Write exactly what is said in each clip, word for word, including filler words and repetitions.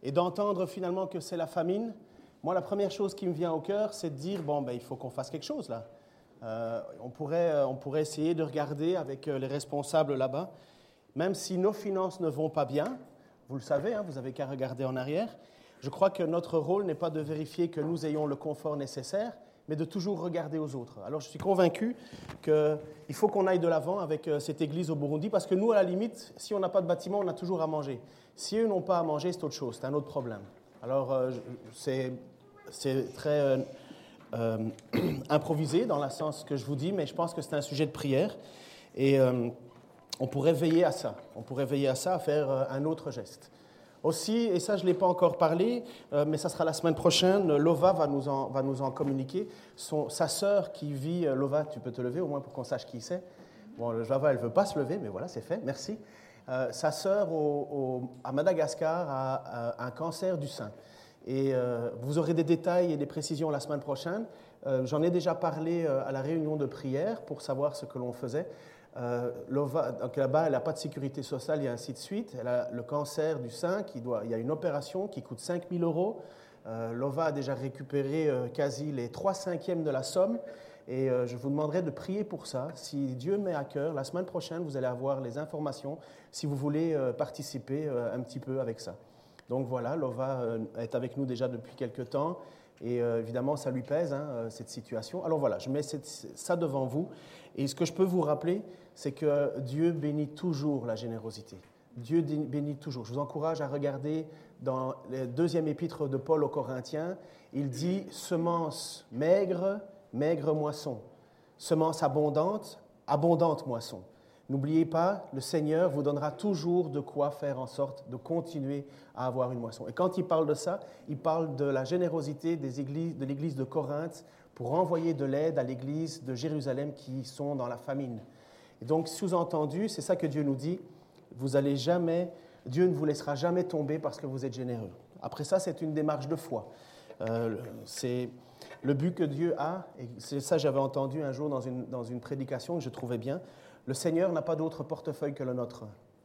et d'entendre finalement que c'est la famine, moi, la première chose qui me vient au cœur, c'est de dire, bon, ben, il faut qu'on fasse quelque chose là. Euh, on pourrait, on pourrait essayer de regarder avec les responsables là-bas, même si nos finances ne vont pas bien, vous le savez, hein, vous n'avez qu'à regarder en arrière, je crois que notre rôle n'est pas de vérifier que nous ayons le confort nécessaire, mais de toujours regarder aux autres. Alors je suis convaincu qu'il faut qu'on aille de l'avant avec cette église au Burundi, parce que nous, à la limite, si on n'a pas de bâtiment, on a toujours à manger. Si eux n'ont pas à manger, c'est autre chose, c'est un autre problème. Alors euh, c'est, c'est très euh, euh, improvisé dans le sens que je vous dis, mais je pense que c'est un sujet de prière, et euh, on pourrait veiller à ça, on pourrait veiller à ça, à faire euh, un autre geste. Aussi, et ça je ne l'ai pas encore parlé, euh, mais ça sera la semaine prochaine, Lova va nous en, va nous en communiquer. Son, sa sœur qui vit, Lova, tu peux te lever au moins pour qu'on sache qui c'est. Bon, Lova, elle ne veut pas se lever, mais voilà, c'est fait, merci. Euh, sa sœur au, au, à Madagascar a, a un cancer du sein. Et euh, vous aurez des détails et des précisions la semaine prochaine. Euh, j'en ai déjà parlé euh, à la réunion de prière pour savoir ce que l'on faisait. Euh, Lova, donc là-bas, elle n'a pas de sécurité sociale et ainsi de suite. Elle a le cancer du sein, qui doit, il y a une opération qui coûte cinq mille euros. Euh, Lova a déjà récupéré euh, quasi les trois cinquièmes de la somme. Et euh, je vous demanderai de prier pour ça. Si Dieu met à cœur, la semaine prochaine, vous allez avoir les informations si vous voulez euh, participer euh, un petit peu avec ça. Donc voilà, Lova euh, est avec nous déjà depuis quelques temps. Et euh, évidemment, ça lui pèse, hein, cette situation. Alors voilà, je mets cette, ça devant vous. Et ce que je peux vous rappeler, c'est que Dieu bénit toujours la générosité. Dieu bénit toujours. Je vous encourage à regarder dans le deuxième épître de Paul aux Corinthiens. Il dit « semence maigre, maigre moisson. Semence abondante, abondante moisson. » N'oubliez pas, le Seigneur vous donnera toujours de quoi faire en sorte de continuer à avoir une moisson. Et quand il parle de ça, il parle de la générosité des églises, de l'église de Corinthe pour envoyer de l'aide à l'église de Jérusalem qui sont dans la famine. Et donc, sous-entendu, c'est ça que Dieu nous dit, vous allez jamais, Dieu ne vous laissera jamais tomber parce que vous êtes généreux. Après ça, c'est une démarche de foi. Euh, c'est le but que Dieu a, et c'est ça que j'avais entendu un jour dans une, dans une prédication que je trouvais bien. Le Seigneur n'a pas d'autre portefeuille que le nôtre.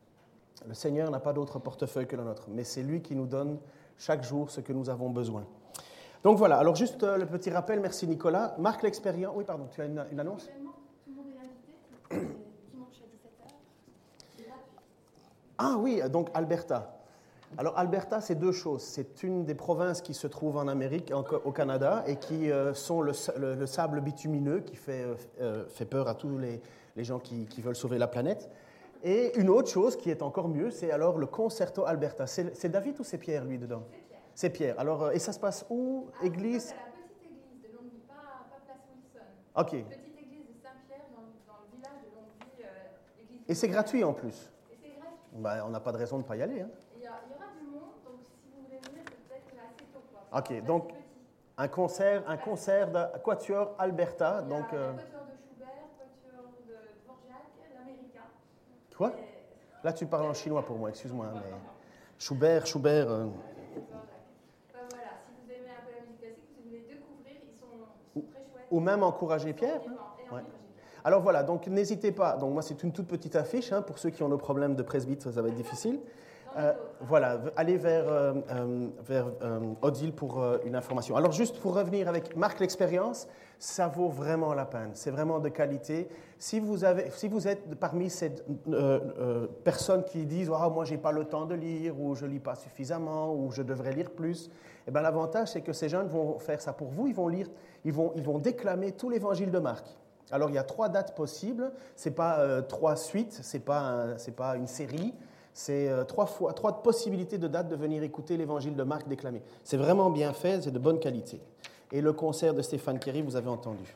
Le Seigneur n'a pas d'autre portefeuille que le nôtre, mais c'est lui qui nous donne chaque jour ce que nous avons besoin. Donc voilà, alors juste euh, le petit rappel, merci Nicolas. Marc l'expérience. Oui, pardon, tu as une, une annonce ? Tout le monde est invité, dimanche à dix-sept heures. Ah oui, donc Alberta. Alors Alberta, c'est deux choses. C'est une des provinces qui se trouve en Amérique, en, au Canada, et qui euh, sont le, le, le sable bitumineux qui fait, euh, fait peur à tous les, les gens qui, qui veulent sauver la planète. Et une autre chose qui est encore mieux, c'est alors le Concerto Alberta. C'est, c'est David ou c'est Pierre, lui, dedans ? C'est Pierre. C'est Pierre. Alors, euh, et ça se passe où ? Ah, Église ? c'est à la petite église de Longwy, pas, pas place Wilson. Ok. Petite église de Saint-Pierre dans, dans le village de Longwy. Euh, église Et c'est gratuit en plus ? Et c'est gratuit. Ben, on n'a pas de raison de ne pas y aller. Hein. Il y, a, il y aura du monde, donc si vous voulez venir, c'est peut-être assez tôt. Quoi. Ok, donc un concert, un concert de Quatuor Alberta. Il y a donc, euh... le Quatuor de Schubert, Quatuor de Dvorak, l'Américain. Quoi ? Et... Là, tu parles en chinois pour moi, excuse-moi. Mais... Schubert, Schubert... Euh... Enfin, voilà, si vous aimez un peu la musique classique, vous venez découvrir, ils sont, ils sont très chouettes. Ou même encourager Pierre. Hein. Ouais. Alors voilà, donc n'hésitez pas. Donc moi, c'est une toute petite affiche. Hein, pour ceux qui ont le problème de presbyte, ça va être difficile. Euh, voilà, allez vers, euh, euh, vers euh, Odile pour euh, une information. Alors juste pour revenir avec Marc l'expérience, ça vaut vraiment la peine. C'est vraiment de qualité. Si vous, avez, si vous êtes parmi ces euh, euh, personnes qui disent oh, « moi, je n'ai pas le temps de lire » ou « je ne lis pas suffisamment » ou « je devrais lire plus », eh bien, l'avantage, c'est que ces jeunes vont faire ça pour vous. Ils vont, lire, ils vont, ils vont déclamer tout l'évangile de Marc. Alors, il y a trois dates possibles. Ce n'est pas euh, trois suites, ce n'est pas, pas une série. C'est euh, trois, fois, trois possibilités de dates de venir écouter l'évangile de Marc déclamé. C'est vraiment bien fait, c'est de bonne qualité. Et le concert de Stéphane Kerry, vous avez entendu.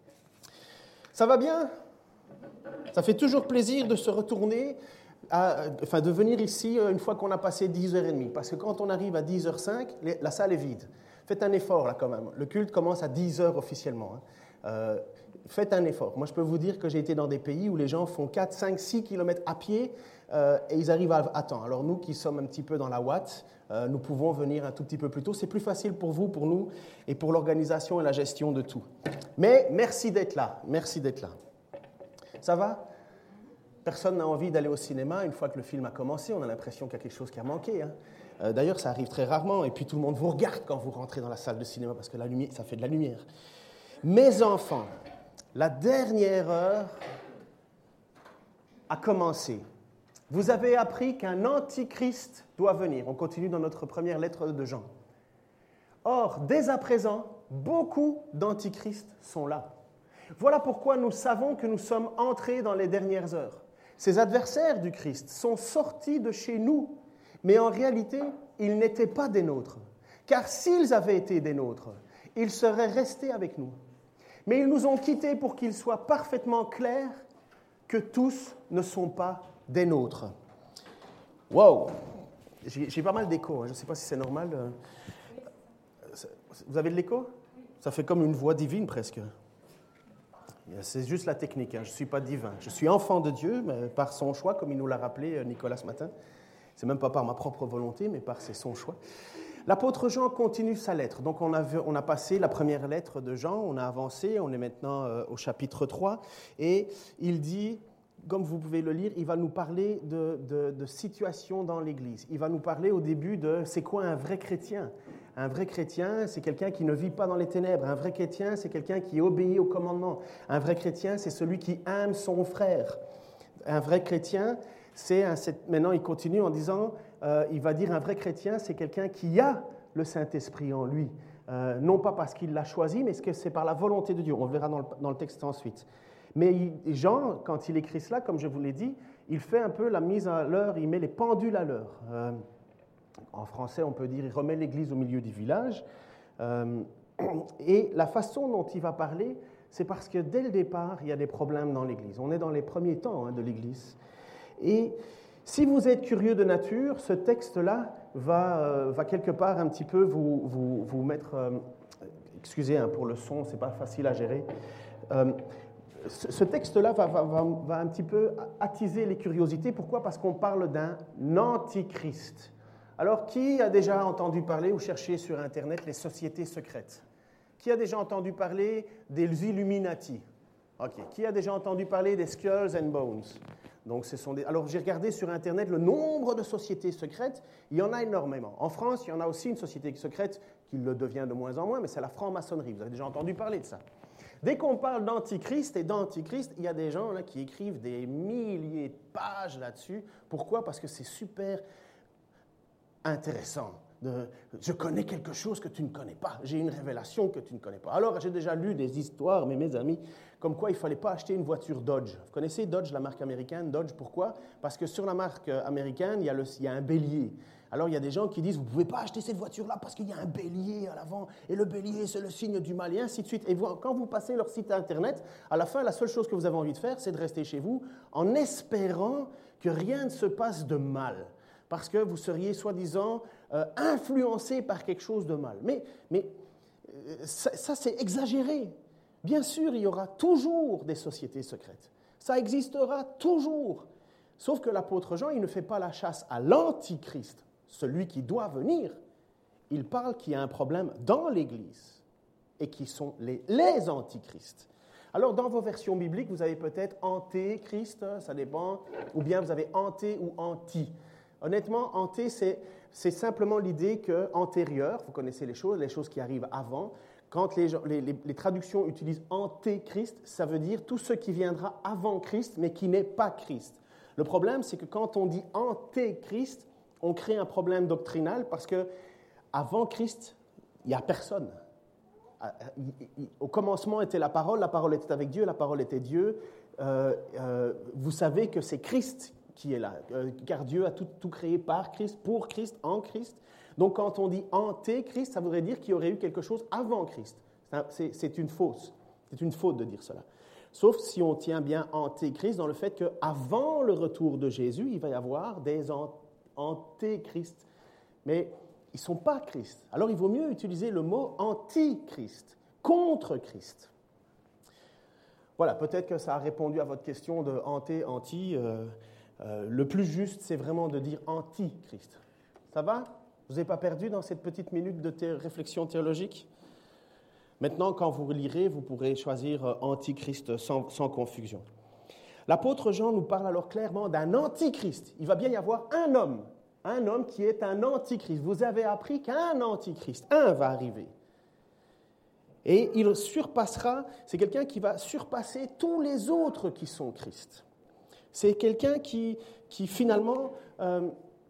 Ça va bien ? Ça fait toujours plaisir de se retourner, à, enfin de venir ici une fois qu'on a passé dix heures trente. Parce que quand on arrive à dix heures cinq, la salle est vide. Faites un effort là quand même. Le culte commence à dix heures officiellement. Hein. Euh, faites un effort. Moi, je peux vous dire que j'ai été dans des pays où les gens font quatre, cinq, six kilomètres à pied euh, et ils arrivent à, à temps. Alors nous qui sommes un petit peu dans la ouate, euh, nous pouvons venir un tout petit peu plus tôt. C'est plus facile pour vous, pour nous et pour l'organisation et la gestion de tout. Mais merci d'être là. Merci d'être là. Ça va ? Personne n'a envie d'aller au cinéma une fois que le film a commencé. On a l'impression qu'il y a quelque chose qui a manqué. Hein. Euh, d'ailleurs, ça arrive très rarement, et puis tout le monde vous regarde quand vous rentrez dans la salle de cinéma, parce que la lumière, ça fait de la lumière. Mes enfants, la dernière heure a commencé. Vous avez appris qu'un antichrist doit venir. On continue dans notre première lettre de Jean. Or, dès à présent, beaucoup d'antichrists sont là. Voilà pourquoi nous savons que nous sommes entrés dans les dernières heures. Ces adversaires du Christ sont sortis de chez nous, mais en réalité, ils n'étaient pas des nôtres. Car s'ils avaient été des nôtres, ils seraient restés avec nous. Mais ils nous ont quittés pour qu'il soit parfaitement clair que tous ne sont pas des nôtres. Wow! J'ai, j'ai pas mal d'écho, hein. Je ne sais pas si c'est normal. Vous avez de l'écho? Ça fait comme une voix divine presque. C'est juste la technique, hein. Je ne suis pas divin. Je suis enfant de Dieu, mais par son choix, comme il nous l'a rappelé Nicolas ce matin. Ce n'est même pas par ma propre volonté, mais par son choix. L'apôtre Jean continue sa lettre. Donc on a, vu, on a passé la première lettre de Jean, on a avancé, on est maintenant euh, au chapitre trois, et il dit, comme vous pouvez le lire, il va nous parler de, de, de situation dans l'Église. Il va nous parler au début de c'est quoi un vrai chrétien. Un vrai chrétien, c'est quelqu'un qui ne vit pas dans les ténèbres. Un vrai chrétien, c'est quelqu'un qui obéit au commandement. Un vrai chrétien, c'est celui qui aime son frère. Un vrai chrétien, c'est un, c'est, maintenant il continue en disant, euh, il va dire un vrai chrétien, c'est quelqu'un qui a le Saint-Esprit en lui. Euh, non pas parce qu'il l'a choisi, mais parce que c'est par la volonté de Dieu. On le verra dans le, dans le texte ensuite. Mais il, Jean, quand il écrit cela, comme je vous l'ai dit, il fait un peu la mise à l'heure, il met les pendules à l'heure. Euh, en français, on peut dire, il remet l'église au milieu du village. Euh, et la façon dont il va parler, c'est parce que dès le départ, il y a des problèmes dans l'église. On est dans les premiers temps hein, de l'église. Et si vous êtes curieux de nature, ce texte-là va, euh, va quelque part un petit peu vous, vous, vous mettre... Euh, excusez hein, pour le son, ce n'est pas facile à gérer. Euh, ce texte-là va, va, va, va un petit peu attiser les curiosités. Pourquoi? Parce qu'on parle d'un antichrist. Alors, qui a déjà entendu parler ou cherché sur Internet les sociétés secrètes? Qui a déjà entendu parler des Illuminati? OK. Qui a déjà entendu parler des Skulls and Bones? Donc, ce sont des... Alors, j'ai regardé sur Internet le nombre de sociétés secrètes. Il y en a énormément. En France, il y en a aussi une société secrète qui le devient de moins en moins, mais c'est la franc-maçonnerie. Vous avez déjà entendu parler de ça. Dès qu'on parle d'antichrist et d'antichrist, il y a des gens là, qui écrivent des milliers de pages là-dessus. Pourquoi? Parce que c'est super intéressant. De, je connais quelque chose que tu ne connais pas. J'ai une révélation que tu ne connais pas. Alors, j'ai déjà lu des histoires, mais mes amis, comme quoi il ne fallait pas acheter une voiture Dodge. Vous connaissez Dodge, la marque américaine? Dodge, pourquoi? Parce que sur la marque américaine, il y a, le, il y a un bélier. Alors, il y a des gens qui disent, vous ne pouvez pas acheter cette voiture-là parce qu'il y a un bélier à l'avant, et le bélier, c'est le signe du mal, et ainsi de suite. Et vous, quand vous passez leur site Internet, à la fin, la seule chose que vous avez envie de faire, c'est de rester chez vous en espérant que rien ne se passe de mal. Parce que vous seriez, soi-disant, euh, influencé par quelque chose de mal. Mais, mais euh, ça, ça, c'est exagéré. Bien sûr, il y aura toujours des sociétés secrètes. Ça existera toujours. Sauf que l'apôtre Jean, il ne fait pas la chasse à l'antichrist, celui qui doit venir. Il parle qu'il y a un problème dans l'Église et qui sont les, les antichrists. Alors, dans vos versions bibliques, vous avez peut-être antéchrist, ça dépend, ou bien vous avez anté ou anti. Honnêtement, anté, c'est, c'est simplement l'idée que antérieur, vous connaissez les choses, les choses qui arrivent avant. Quand les, les, les, les traductions utilisent antéchrist, ça veut dire tout ce qui viendra avant Christ, mais qui n'est pas Christ. Le problème, c'est que quand on dit antéchrist, on crée un problème doctrinal parce que avant Christ, il n'y a personne. Au commencement était la parole, la parole était avec Dieu, la parole était Dieu. Euh, euh, vous savez que c'est Christ qui est là, car Dieu a tout, tout créé par Christ, pour Christ, en Christ. Donc, quand on dit antéchrist, ça voudrait dire qu'il y aurait eu quelque chose avant Christ. C'est, c'est une fausse, c'est une faute de dire cela. Sauf si on tient bien antéchrist dans le fait qu'avant le retour de Jésus, il va y avoir des antéchrists. Mais ils ne sont pas Christ. Alors, il vaut mieux utiliser le mot antichrist, contre Christ. Voilà, peut-être que ça a répondu à votre question de anté, anti. Euh, Euh, le plus juste, c'est vraiment de dire anti-Christ. Ça va? Vous n'êtes pas perdu dans cette petite minute de thé- réflexion théologique? Maintenant, quand vous lirez, vous pourrez choisir euh, anti-Christ sans, sans confusion. L'apôtre Jean nous parle alors clairement d'un anti-Christ. Il va bien y avoir un homme Un homme qui est un antichrist. Vous avez appris qu'un antichrist, un va arriver. Et il surpassera, c'est quelqu'un qui va surpasser tous les autres qui sont Christ. C'est quelqu'un qui, qui finalement euh,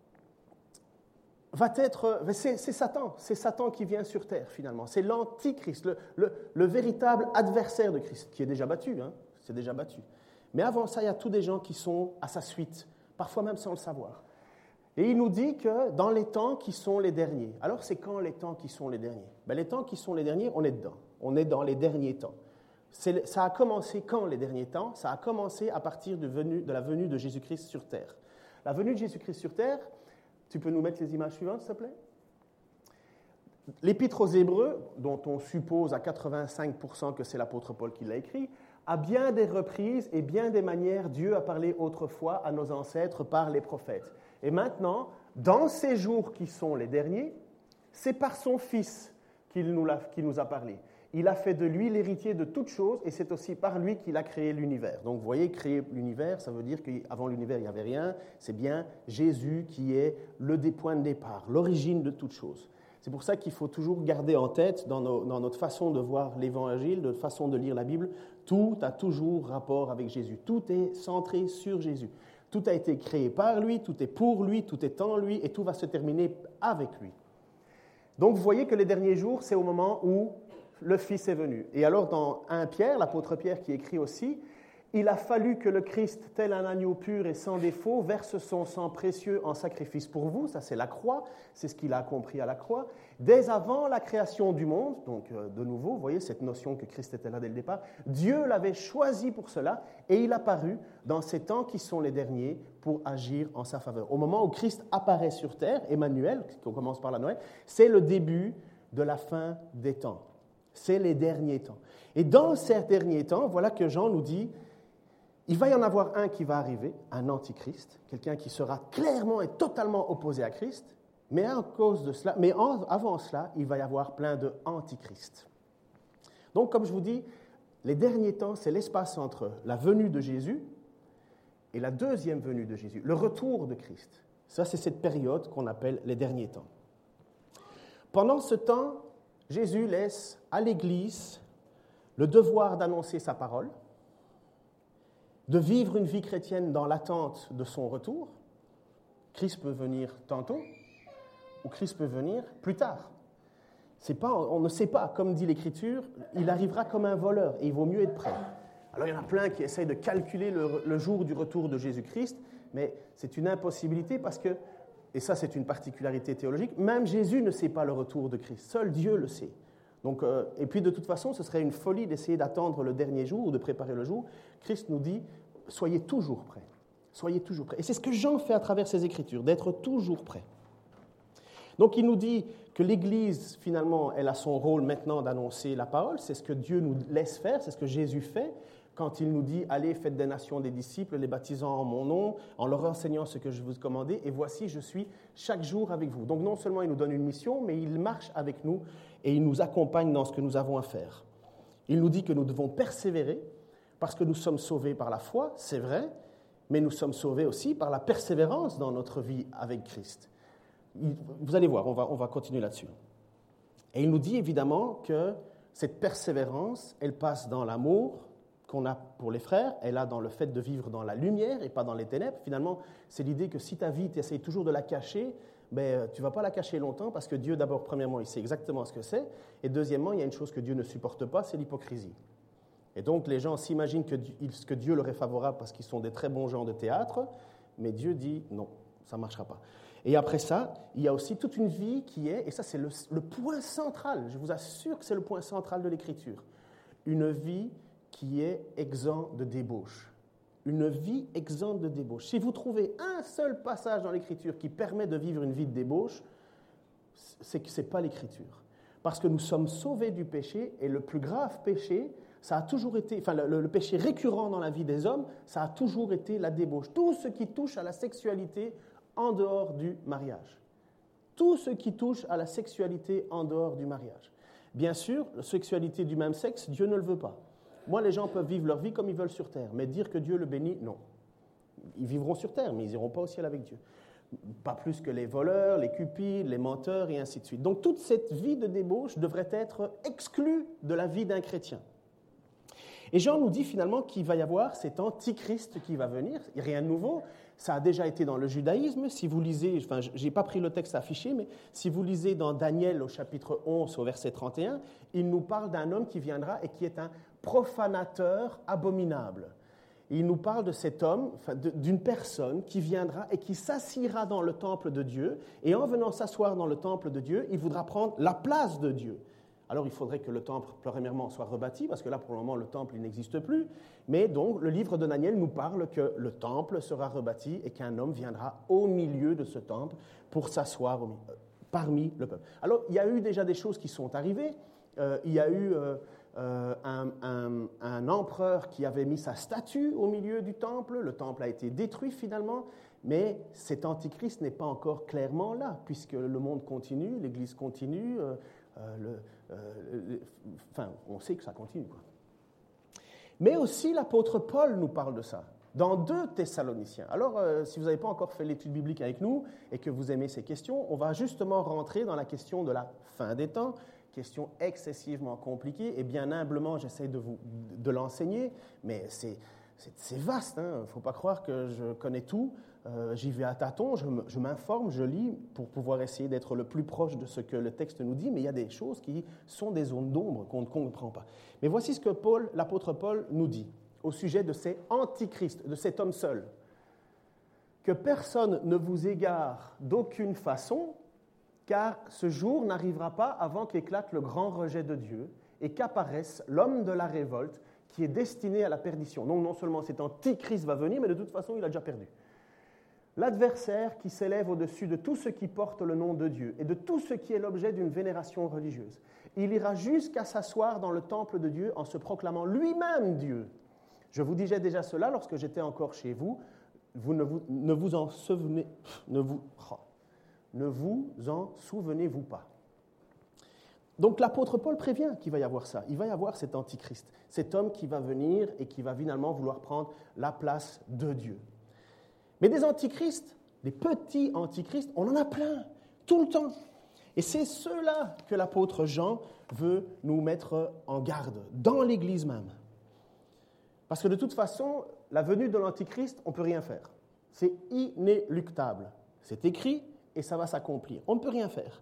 va être, c'est, c'est Satan, c'est Satan qui vient sur terre finalement. C'est l'antichrist, le, le, le véritable adversaire de Christ, qui est déjà battu, hein, c'est déjà battu. Mais avant ça, il y a tous des gens qui sont à sa suite, parfois même sans le savoir. Et il nous dit que dans les temps qui sont les derniers. Alors, c'est quand les temps qui sont les derniers? Ben, les temps qui sont les derniers, on est dedans. On est dans les derniers temps. C'est, ça a commencé quand les derniers temps? Ça a commencé à partir de, venu, de la venue de Jésus-Christ sur terre. La venue de Jésus-Christ sur terre, tu peux nous mettre les images suivantes, s'il te plaît? L'Épître aux Hébreux, dont on suppose à quatre-vingt-cinq pour cent que c'est l'apôtre Paul qui l'a écrit, à bien des reprises et bien des manières, Dieu a parlé autrefois à nos ancêtres par les prophètes. Et maintenant, dans ces jours qui sont les derniers, c'est par son Fils qu'il nous, l'a, qu'il nous a parlé. Il a fait de lui l'héritier de toutes choses et c'est aussi par lui qu'il a créé l'univers. Donc vous voyez, créer l'univers, ça veut dire qu'avant l'univers, il n'y avait rien. C'est bien Jésus qui est le point de départ, l'origine de toutes choses. C'est pour ça qu'il faut toujours garder en tête, dans, nos, dans notre façon de voir l'Évangile, notre façon de lire la Bible, tout a toujours rapport avec Jésus. Tout est centré sur Jésus. Tout a été créé par lui, tout est pour lui, tout est en lui, et tout va se terminer avec lui. Donc vous voyez que les derniers jours, c'est au moment où le Fils est venu. Et alors dans Premier Pierre, l'apôtre Pierre qui écrit aussi, il a fallu que le Christ, tel un agneau pur et sans défaut, verse son sang précieux en sacrifice pour vous. Ça, c'est la croix. C'est ce qu'il a accompli à la croix. Dès avant la création du monde, donc euh, de nouveau, vous voyez cette notion que Christ était là dès le départ, Dieu l'avait choisi pour cela et il a apparu dans ces temps qui sont les derniers pour agir en sa faveur. Au moment où Christ apparaît sur terre, Emmanuel, qu'on commence par la Noël, c'est le début de la fin des temps. C'est les derniers temps. Et dans ces derniers temps, voilà que Jean nous dit, il va y en avoir un qui va arriver, un antichrist, quelqu'un qui sera clairement et totalement opposé à Christ, mais à cause de cela, mais en, avant cela, il va y avoir plein de antichrists. Donc, comme je vous dis, les derniers temps, c'est l'espace entre la venue de Jésus et la deuxième venue de Jésus, le retour de Christ. Ça, c'est cette période qu'on appelle les derniers temps. Pendant ce temps, Jésus laisse à l'Église le devoir d'annoncer sa parole, de vivre une vie chrétienne dans l'attente de son retour. Christ peut venir tantôt, ou Christ peut venir plus tard. C'est pas, on ne sait pas, comme dit l'Écriture, il arrivera comme un voleur, et il vaut mieux être prêt. Alors il y en a plein qui essayent de calculer le, le jour du retour de Jésus-Christ, mais c'est une impossibilité parce que, et ça c'est une particularité théologique, même Jésus ne sait pas le retour de Christ, seul Dieu le sait. Donc, euh, et puis de toute façon, ce serait une folie d'essayer d'attendre le dernier jour ou de préparer le jour. Christ nous dit, soyez toujours prêts. Soyez toujours prêts. Et c'est ce que Jean fait à travers ses Écritures, d'être toujours prêt. Donc il nous dit que l'Église, finalement, elle a son rôle maintenant d'annoncer la parole. C'est ce que Dieu nous laisse faire, c'est ce que Jésus fait quand il nous dit « Allez, faites des nations des disciples, les baptisant en mon nom, en leur enseignant ce que je vous ai commandé, et voici, je suis chaque jour avec vous. » Donc non seulement il nous donne une mission, mais il marche avec nous et il nous accompagne dans ce que nous avons à faire. Il nous dit que nous devons persévérer parce que nous sommes sauvés par la foi, c'est vrai, mais nous sommes sauvés aussi par la persévérance dans notre vie avec Christ. Vous allez voir, on va, on va continuer là-dessus. Et il nous dit évidemment que cette persévérance, elle passe dans l'amour qu'on a pour les frères, elle a dans le fait de vivre dans la lumière et pas dans les ténèbres. Finalement, c'est l'idée que si ta vie, tu essayes toujours de la cacher, ben, tu ne vas pas la cacher longtemps parce que Dieu, d'abord, premièrement, il sait exactement ce que c'est, et deuxièmement, il y a une chose que Dieu ne supporte pas, c'est l'hypocrisie. Et donc, les gens s'imaginent que, que Dieu leur est favorable parce qu'ils sont des très bons gens de théâtre, mais Dieu dit non, ça ne marchera pas. Et après ça, il y a aussi toute une vie qui est, et ça c'est le, le point central, je vous assure que c'est le point central de l'Écriture, une vie qui est exempte de débauche. Une vie exempte de débauche. Si vous trouvez un seul passage dans l'Écriture qui permet de vivre une vie de débauche, c'est que ce n'est pas l'Écriture. Parce que nous sommes sauvés du péché, et le plus grave péché, ça a toujours été, enfin le, le péché récurrent dans la vie des hommes, ça a toujours été la débauche. Tout ce qui touche à la sexualité en dehors du mariage. Tout ce qui touche à la sexualité en dehors du mariage. Bien sûr, la sexualité du même sexe, Dieu ne le veut pas. Moi, les gens peuvent vivre leur vie comme ils veulent sur terre, mais dire que Dieu le bénit, non. Ils vivront sur terre, mais ils n'iront pas au ciel avec Dieu. pas plus que les voleurs, les cupides, les menteurs et ainsi de suite. Donc toute cette vie de débauche devrait être exclue de la vie d'un chrétien. Et Jean nous dit finalement qu'il va y avoir cet antichrist qui va venir, il n'y a rien de nouveau, ça a déjà été dans le judaïsme, si vous lisez, enfin je n'ai pas pris le texte affiché, mais si vous lisez dans Daniel au chapitre onze au verset trente et un, il nous parle d'un homme qui viendra et qui est un profanateur abominable. Et il nous parle de cet homme, enfin, de, d'une personne qui viendra et qui s'assiera dans le temple de Dieu, et en venant s'asseoir dans le temple de Dieu, il voudra prendre la place de Dieu. Alors il faudrait que le temple, premièrement, soit rebâti, parce que là, pour le moment, le temple, il n'existe plus. Mais donc, le livre de Daniel nous parle que le temple sera rebâti et qu'un homme viendra au milieu de ce temple pour s'asseoir au, parmi le peuple. Alors, il y a eu déjà des choses qui sont arrivées. Euh, il y a eu euh, euh, un, un, un empereur qui avait mis sa statue au milieu du temple. Le temple a été détruit finalement. Mais cet antichrist n'est pas encore clairement là, puisque le monde continue, l'Église continue. Euh, euh, le, euh, enfin, on sait que ça continue, quoi. Mais aussi l'apôtre Paul nous parle de ça, dans deux Thessaloniciens. Alors, euh, si vous n'avez pas encore fait l'étude biblique avec nous et que vous aimez ces questions, on va justement rentrer dans la question de la fin des temps, question excessivement compliquée, et bien humblement, j'essaie de, vous, de l'enseigner, mais c'est, c'est, c'est vaste, hein. Il ne faut pas croire que je connais tout. Euh, j'y vais à tâtons, je, je m'informe, je lis pour pouvoir essayer d'être le plus proche de ce que le texte nous dit, mais il y a des choses qui sont des zones d'ombre qu'on ne comprend pas. Mais voici ce que Paul, l'apôtre Paul nous dit au sujet de ces antichrists, de cet homme seul. Que personne ne vous égare d'aucune façon, car ce jour n'arrivera pas avant qu'éclate le grand rejet de Dieu et qu'apparaisse l'homme de la révolte qui est destiné à la perdition. Donc non seulement cet antichrist va venir, mais de toute façon il a déjà perdu. L'adversaire qui s'élève au-dessus de tout ce qui porte le nom de Dieu et de tout ce qui est l'objet d'une vénération religieuse. Il ira jusqu'à s'asseoir dans le temple de Dieu en se proclamant lui-même Dieu. Je vous disais déjà cela lorsque j'étais encore chez vous. Vous ne vous, ne vous en souvenez, ne vous, oh, ne vous en souvenez-vous pas. Donc l'apôtre Paul prévient qu'il va y avoir ça. Il va y avoir cet antichrist, cet homme qui va venir et qui va finalement vouloir prendre la place de Dieu. Mais des antichrists, des petits antichrists, on en a plein, tout le temps. Et c'est ceux-là que l'apôtre Jean veut nous mettre en garde, dans l'Église même. Parce que de toute façon, la venue de l'antichrist, on ne peut rien faire. C'est inéluctable. C'est écrit et ça va s'accomplir. On ne peut rien faire.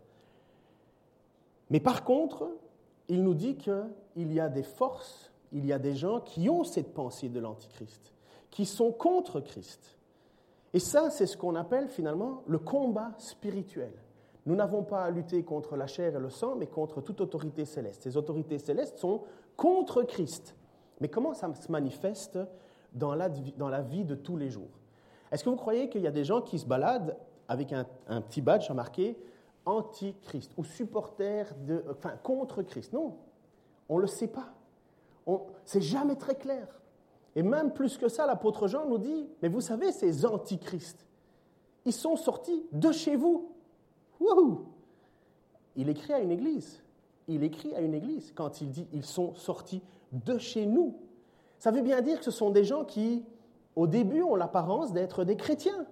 Mais par contre, il nous dit qu'il y a des forces, il y a des gens qui ont cette pensée de l'antichrist, qui sont contre Christ. Et ça, c'est ce qu'on appelle finalement le combat spirituel. Nous n'avons pas à lutter contre la chair et le sang, mais contre toute autorité céleste. Ces autorités célestes sont contre Christ. Mais comment ça se manifeste dans la, dans la vie de tous les jours? Est-ce que vous croyez qu'il y a des gens qui se baladent avec un, un petit badge marqué « anti-Christ » ou « supporter de, enfin, contre Christ » ? Non, on ne le sait pas. On, c'est jamais très clair. Et même plus que ça, l'apôtre Jean nous dit, mais vous savez, ces antichrists, ils sont sortis de chez vous. Wouhou! Il écrit à une église. Il écrit à une église quand il dit, ils sont sortis de chez nous. Ça veut bien dire que ce sont des gens qui, au début, ont l'apparence d'être des chrétiens.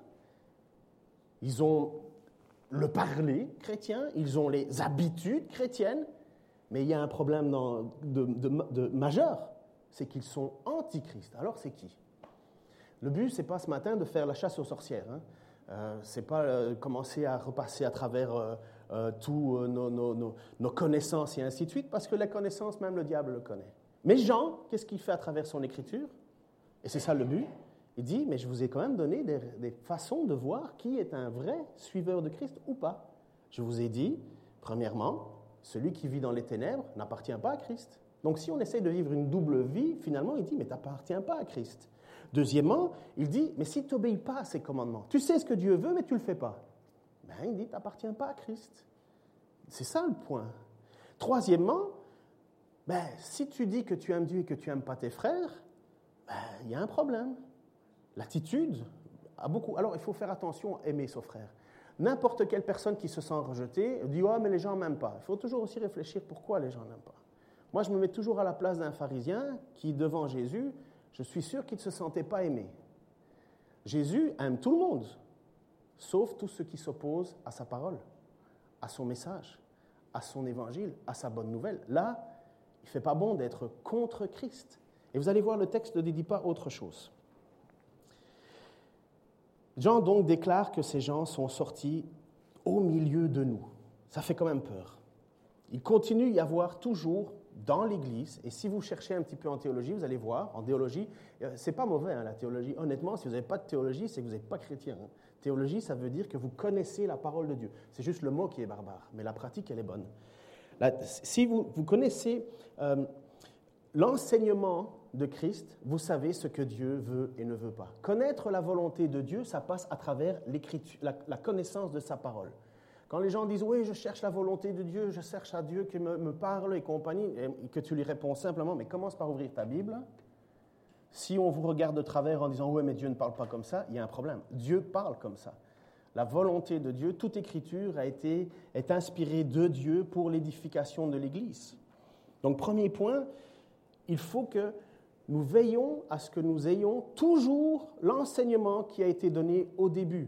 Ils ont le parler chrétien, ils ont les habitudes chrétiennes, mais il y a un problème dans, de, de, de majeur. C'est qu'ils sont antichrists. Alors, c'est qui? Le but, ce n'est pas ce matin de faire la chasse aux sorcières. Hein. Euh, ce n'est pas euh, commencer à repasser à travers euh, euh, tous euh, nos, nos, nos, nos connaissances et ainsi de suite, parce que la connaissance, même le diable le connaît. Mais Jean, qu'est-ce qu'il fait à travers son écriture? Et c'est ça le but. Il dit, mais je vous ai quand même donné des, des façons de voir qui est un vrai suiveur de Christ ou pas. Je vous ai dit, premièrement, celui qui vit dans les ténèbres n'appartient pas à Christ. Donc, si on essaie de vivre une double vie, finalement, il dit, mais tu n'appartiens pas à Christ. Deuxièmement, il dit, mais si tu n'obéis pas à ses commandements, tu sais ce que Dieu veut, mais tu ne le fais pas. Ben, il dit, tu n'appartiens pas à Christ. C'est ça le point. Troisièmement, ben, si tu dis que tu aimes Dieu et que tu n'aimes pas tes frères, ben, il y a un problème. L'attitude a beaucoup... Alors, il faut faire attention à aimer son frère. N'importe quelle personne qui se sent rejetée dit, oh, mais les gens ne m'aiment pas. Il faut toujours aussi réfléchir pourquoi les gens n'aiment pas. Moi, je me mets toujours à la place d'un pharisien qui, devant Jésus, je suis sûr qu'il ne se sentait pas aimé. Jésus aime tout le monde, sauf tous ceux qui s'opposent à sa parole, à son message, à son évangile, à sa bonne nouvelle. Là, il ne fait pas bon d'être contre Christ. Et vous allez voir, le texte ne dit pas autre chose. Jean donc déclare que ces gens sont sortis au milieu de nous. Ça fait quand même peur. Il continue d'y avoir toujours dans l'Église, et si vous cherchez un petit peu en théologie, vous allez voir, en théologie, c'est pas mauvais hein, la théologie. Honnêtement, si vous n'avez pas de théologie, c'est que vous n'êtes pas chrétien. Hein. Théologie, ça veut dire que vous connaissez la parole de Dieu. C'est juste le mot qui est barbare, mais la pratique, elle est bonne. Là, si vous, vous connaissez euh, l'enseignement de Christ, vous savez ce que Dieu veut et ne veut pas. Connaître la volonté de Dieu, ça passe à travers l'écriture, la, la connaissance de sa parole. Quand les gens disent « Oui, je cherche la volonté de Dieu, je cherche à Dieu qui me, me parle et compagnie », et que tu lui réponds simplement « Mais commence par ouvrir ta Bible ». Si on vous regarde de travers en disant « Oui, mais Dieu ne parle pas comme ça », il y a un problème. Dieu parle comme ça. La volonté de Dieu, toute écriture a été, est inspirée de Dieu pour l'édification de l'Église. Donc, premier point, il faut que nous veillons à ce que nous ayons toujours l'enseignement qui a été donné au début.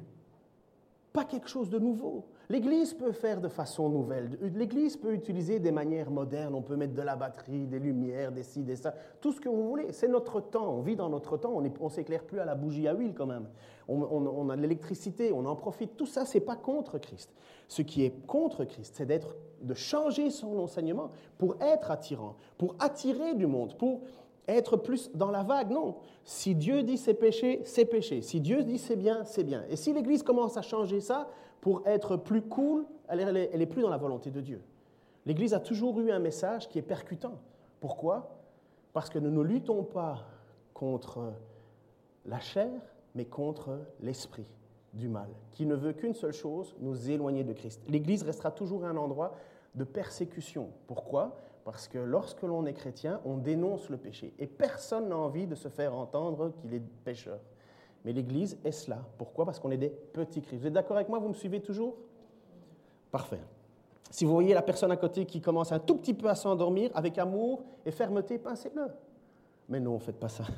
Pas quelque chose de nouveau. L'Église peut faire de façon nouvelle. L'Église peut utiliser des manières modernes. On peut mettre de la batterie, des lumières, des ci, des ça. Tout ce que vous voulez. C'est notre temps. On vit dans notre temps. On ne s'éclaire plus à la bougie à huile quand même. On, on, on a de l'électricité. On en profite. Tout ça, ce n'est pas contre Christ. Ce qui est contre Christ, c'est d'être, de changer son enseignement pour être attirant, pour attirer du monde, pour être plus dans la vague. Non. Si Dieu dit c'est péché, c'est péché. Si Dieu dit c'est bien, c'est bien. Et si l'Église commence à changer ça pour être plus cool, elle n'est plus dans la volonté de Dieu. L'Église a toujours eu un message qui est percutant. Pourquoi? Parce que nous ne luttons pas contre la chair, mais contre l'esprit du mal, qui ne veut qu'une seule chose, nous éloigner de Christ. L'Église restera toujours un endroit de persécution. Pourquoi? Parce que lorsque l'on est chrétien, on dénonce le péché. Et personne n'a envie de se faire entendre qu'il est pécheur. Mais l'Église est cela. Pourquoi? Parce qu'on est des petits Christ. Vous êtes d'accord avec moi? Vous me suivez toujours? Parfait. Si vous voyez la personne à côté qui commence un tout petit peu à s'endormir, avec amour et fermeté, pincez-le. Mais non, ne faites pas ça.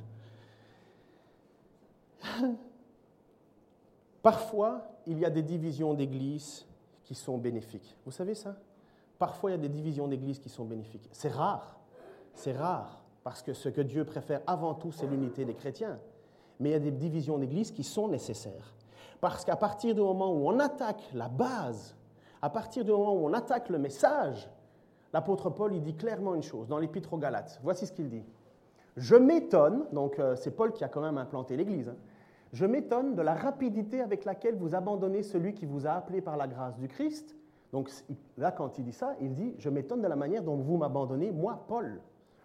Parfois, il y a des divisions d'église qui sont bénéfiques. Vous savez ça? Parfois, il y a des divisions d'église qui sont bénéfiques. C'est rare. C'est rare. Parce que ce que Dieu préfère avant tout, c'est l'unité des chrétiens. Mais il y a des divisions d'église qui sont nécessaires. Parce qu'à partir du moment où on attaque la base, à partir du moment où on attaque le message, l'apôtre Paul, il dit clairement une chose dans l'Épître aux Galates. Voici ce qu'il dit. Je m'étonne, donc euh, c'est Paul qui a quand même implanté l'église, hein, je m'étonne de la rapidité avec laquelle vous abandonnez celui qui vous a appelé par la grâce du Christ. Donc là, quand il dit ça, il dit « Je m'étonne de la manière dont vous m'abandonnez, moi, Paul,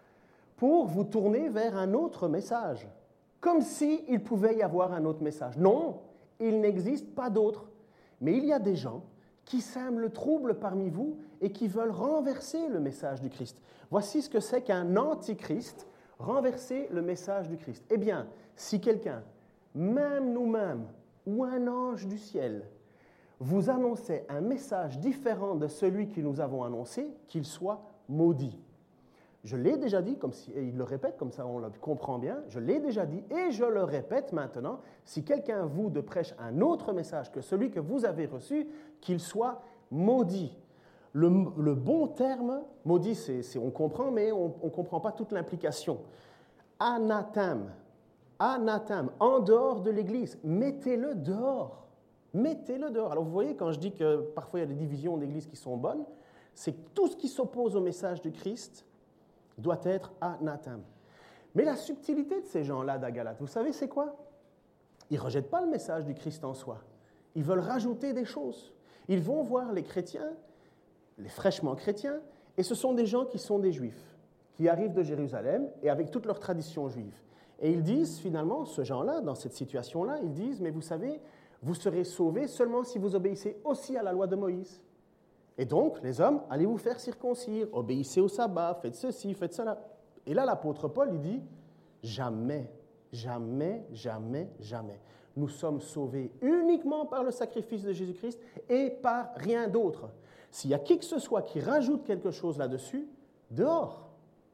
pour vous tourner vers un autre message. » Comme s'il pouvait y avoir un autre message. Non, il n'existe pas d'autre. Mais il y a des gens qui sèment le trouble parmi vous et qui veulent renverser le message du Christ. Voici ce que c'est qu'un antichrist, renverser le message du Christ. Eh bien, si quelqu'un, même nous-mêmes, ou un ange du ciel, vous annonçait un message différent de celui que nous avons annoncé, qu'il soit maudit. Je l'ai déjà dit, comme si, et il le répète, comme ça on le comprend bien, je l'ai déjà dit et je le répète maintenant, si quelqu'un vous de prêche un autre message que celui que vous avez reçu, qu'il soit maudit. Le, le bon terme, maudit, c'est, c'est, on comprend, mais on ne comprend pas toute l'implication. Anathème, anathème, en dehors de l'Église, mettez-le dehors. Mettez-le dehors. Alors vous voyez, quand je dis que parfois il y a des divisions d'Église qui sont bonnes, c'est que tout ce qui s'oppose au message du Christ doit être anathème. Mais la subtilité de ces gens-là d'Agalate, vous savez c'est quoi? Ils ne rejettent pas le message du Christ en soi. Ils veulent rajouter des choses. Ils vont voir les chrétiens, les fraîchement chrétiens, et ce sont des gens qui sont des juifs, qui arrivent de Jérusalem et avec toute leur tradition juive. Et ils disent finalement, ce gens-là, dans cette situation-là, ils disent, mais vous savez, vous serez sauvés seulement si vous obéissez aussi à la loi de Moïse. Et donc, les hommes, allez vous faire circoncire, obéissez au sabbat, faites ceci, faites cela. Et là, l'apôtre Paul, il dit, jamais, jamais, jamais, jamais. Nous sommes sauvés uniquement par le sacrifice de Jésus-Christ et par rien d'autre. S'il y a qui que ce soit qui rajoute quelque chose là-dessus, dehors,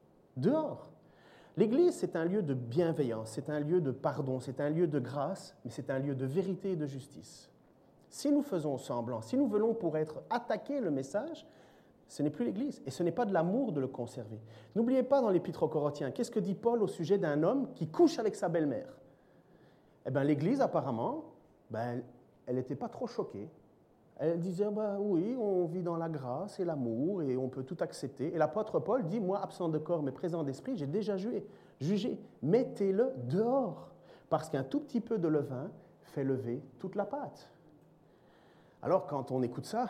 dehors. L'Église, c'est un lieu de bienveillance, c'est un lieu de pardon, c'est un lieu de grâce, mais c'est un lieu de vérité et de justice. Si nous faisons semblant, si nous venons pour être attaquer le message, ce n'est plus l'Église, et ce n'est pas de l'amour de le conserver. N'oubliez pas dans l'Épître aux Corinthiens, qu'est-ce que dit Paul au sujet d'un homme qui couche avec sa belle-mère? Eh bien, l'Église, apparemment, ben, elle n'était pas trop choquée. Elle disait, ben, oui, on vit dans la grâce et l'amour, et on peut tout accepter. Et l'apôtre Paul dit, moi, absent de corps, mais présent d'esprit, j'ai déjà jugé. jugé. Mettez-le dehors, parce qu'un tout petit peu de levain fait lever toute la pâte. Alors, quand on écoute ça,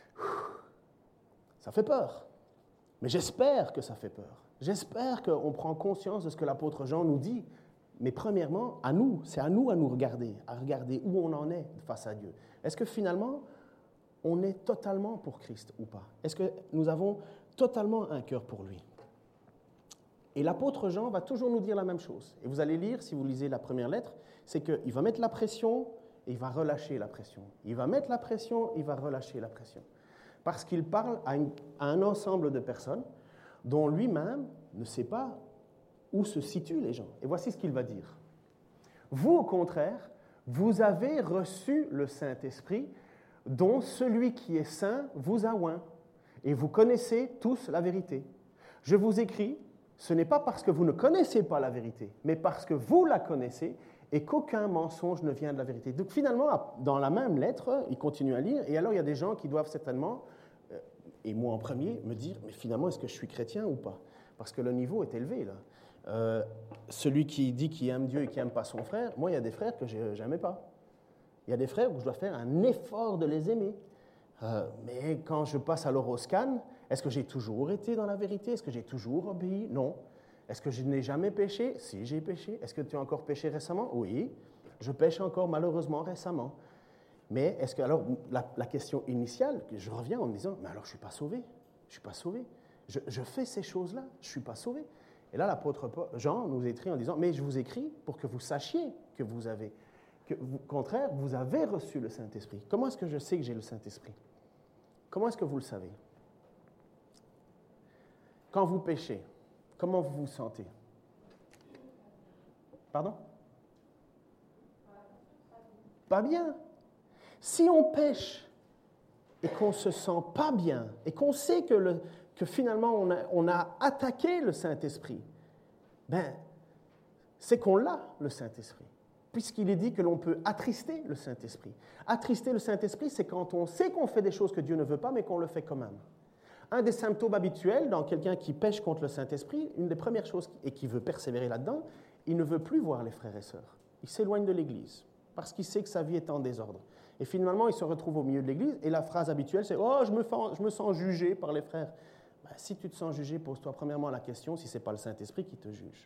ça fait peur. Mais j'espère que ça fait peur. J'espère qu'on prend conscience de ce que l'apôtre Jean nous dit. Mais premièrement, à nous, c'est à nous à nous regarder, à regarder où on en est face à Dieu. Est-ce que finalement, on est totalement pour Christ ou pas? Est-ce que nous avons totalement un cœur pour lui? Et l'apôtre Jean va toujours nous dire la même chose. Et vous allez lire, si vous lisez la première lettre, c'est qu'il va mettre la pression et il va relâcher la pression. Il va mettre la pression, il va relâcher la pression. Parce qu'il parle à, une, à un ensemble de personnes dont lui-même ne sait pas où se situent les gens. Et voici ce qu'il va dire. Vous, au contraire, vous avez reçu le Saint-Esprit, dont celui qui est saint vous a oint, et vous connaissez tous la vérité. Je vous écris, ce n'est pas parce que vous ne connaissez pas la vérité, mais parce que vous la connaissez et qu'aucun mensonge ne vient de la vérité. Donc finalement, dans la même lettre, il continue à lire, et alors il y a des gens qui doivent certainement, et moi en premier, me dire, mais finalement, est-ce que je suis chrétien ou pas? Parce que le niveau est élevé, là. Euh, celui qui dit qu'il aime Dieu et qui n'aime pas son frère, moi, il y a des frères que je n'aimais pas. Il y a des frères où je dois faire un effort de les aimer. Euh, mais quand je passe à l'Euroscan, est-ce que j'ai toujours été dans la vérité? Est-ce que j'ai toujours obéi? Non. Est-ce que je n'ai jamais péché? Si, j'ai péché. Est-ce que tu as encore péché récemment? Oui. Je pêche encore malheureusement récemment. Mais est-ce que, alors, la, la question initiale, je reviens en me disant, mais alors je ne suis pas sauvé. Je ne suis pas sauvé. Je, je fais ces choses-là, je ne suis pas sauvé. Et là, l'apôtre Jean nous écrit en disant, mais je vous écris pour que vous sachiez que vous avez, que vous, au contraire, vous avez reçu le Saint-Esprit. Comment est-ce que je sais que j'ai le Saint-Esprit? Comment est-ce que vous le savez? Quand vous péchez, comment vous vous sentez? Pardon? Pas bien. Si on pêche et qu'on ne se sent pas bien, et qu'on sait que, le, que finalement on a, on a attaqué le Saint-Esprit, ben, c'est qu'on l'a, le Saint-Esprit, puisqu'il est dit que l'on peut attrister le Saint-Esprit. Attrister le Saint-Esprit, c'est quand on sait qu'on fait des choses que Dieu ne veut pas, mais qu'on le fait quand même. Un des symptômes habituels dans quelqu'un qui pêche contre le Saint-Esprit, une des premières choses, et qui veut persévérer là-dedans, il ne veut plus voir les frères et sœurs. Il s'éloigne de l'Église, parce qu'il sait que sa vie est en désordre. Et finalement, il se retrouve au milieu de l'Église, et la phrase habituelle, c'est « Oh, je me, fais, je me sens jugé par les frères. » Ben, si tu te sens jugé, pose-toi premièrement la question si ce n'est pas le Saint-Esprit qui te juge.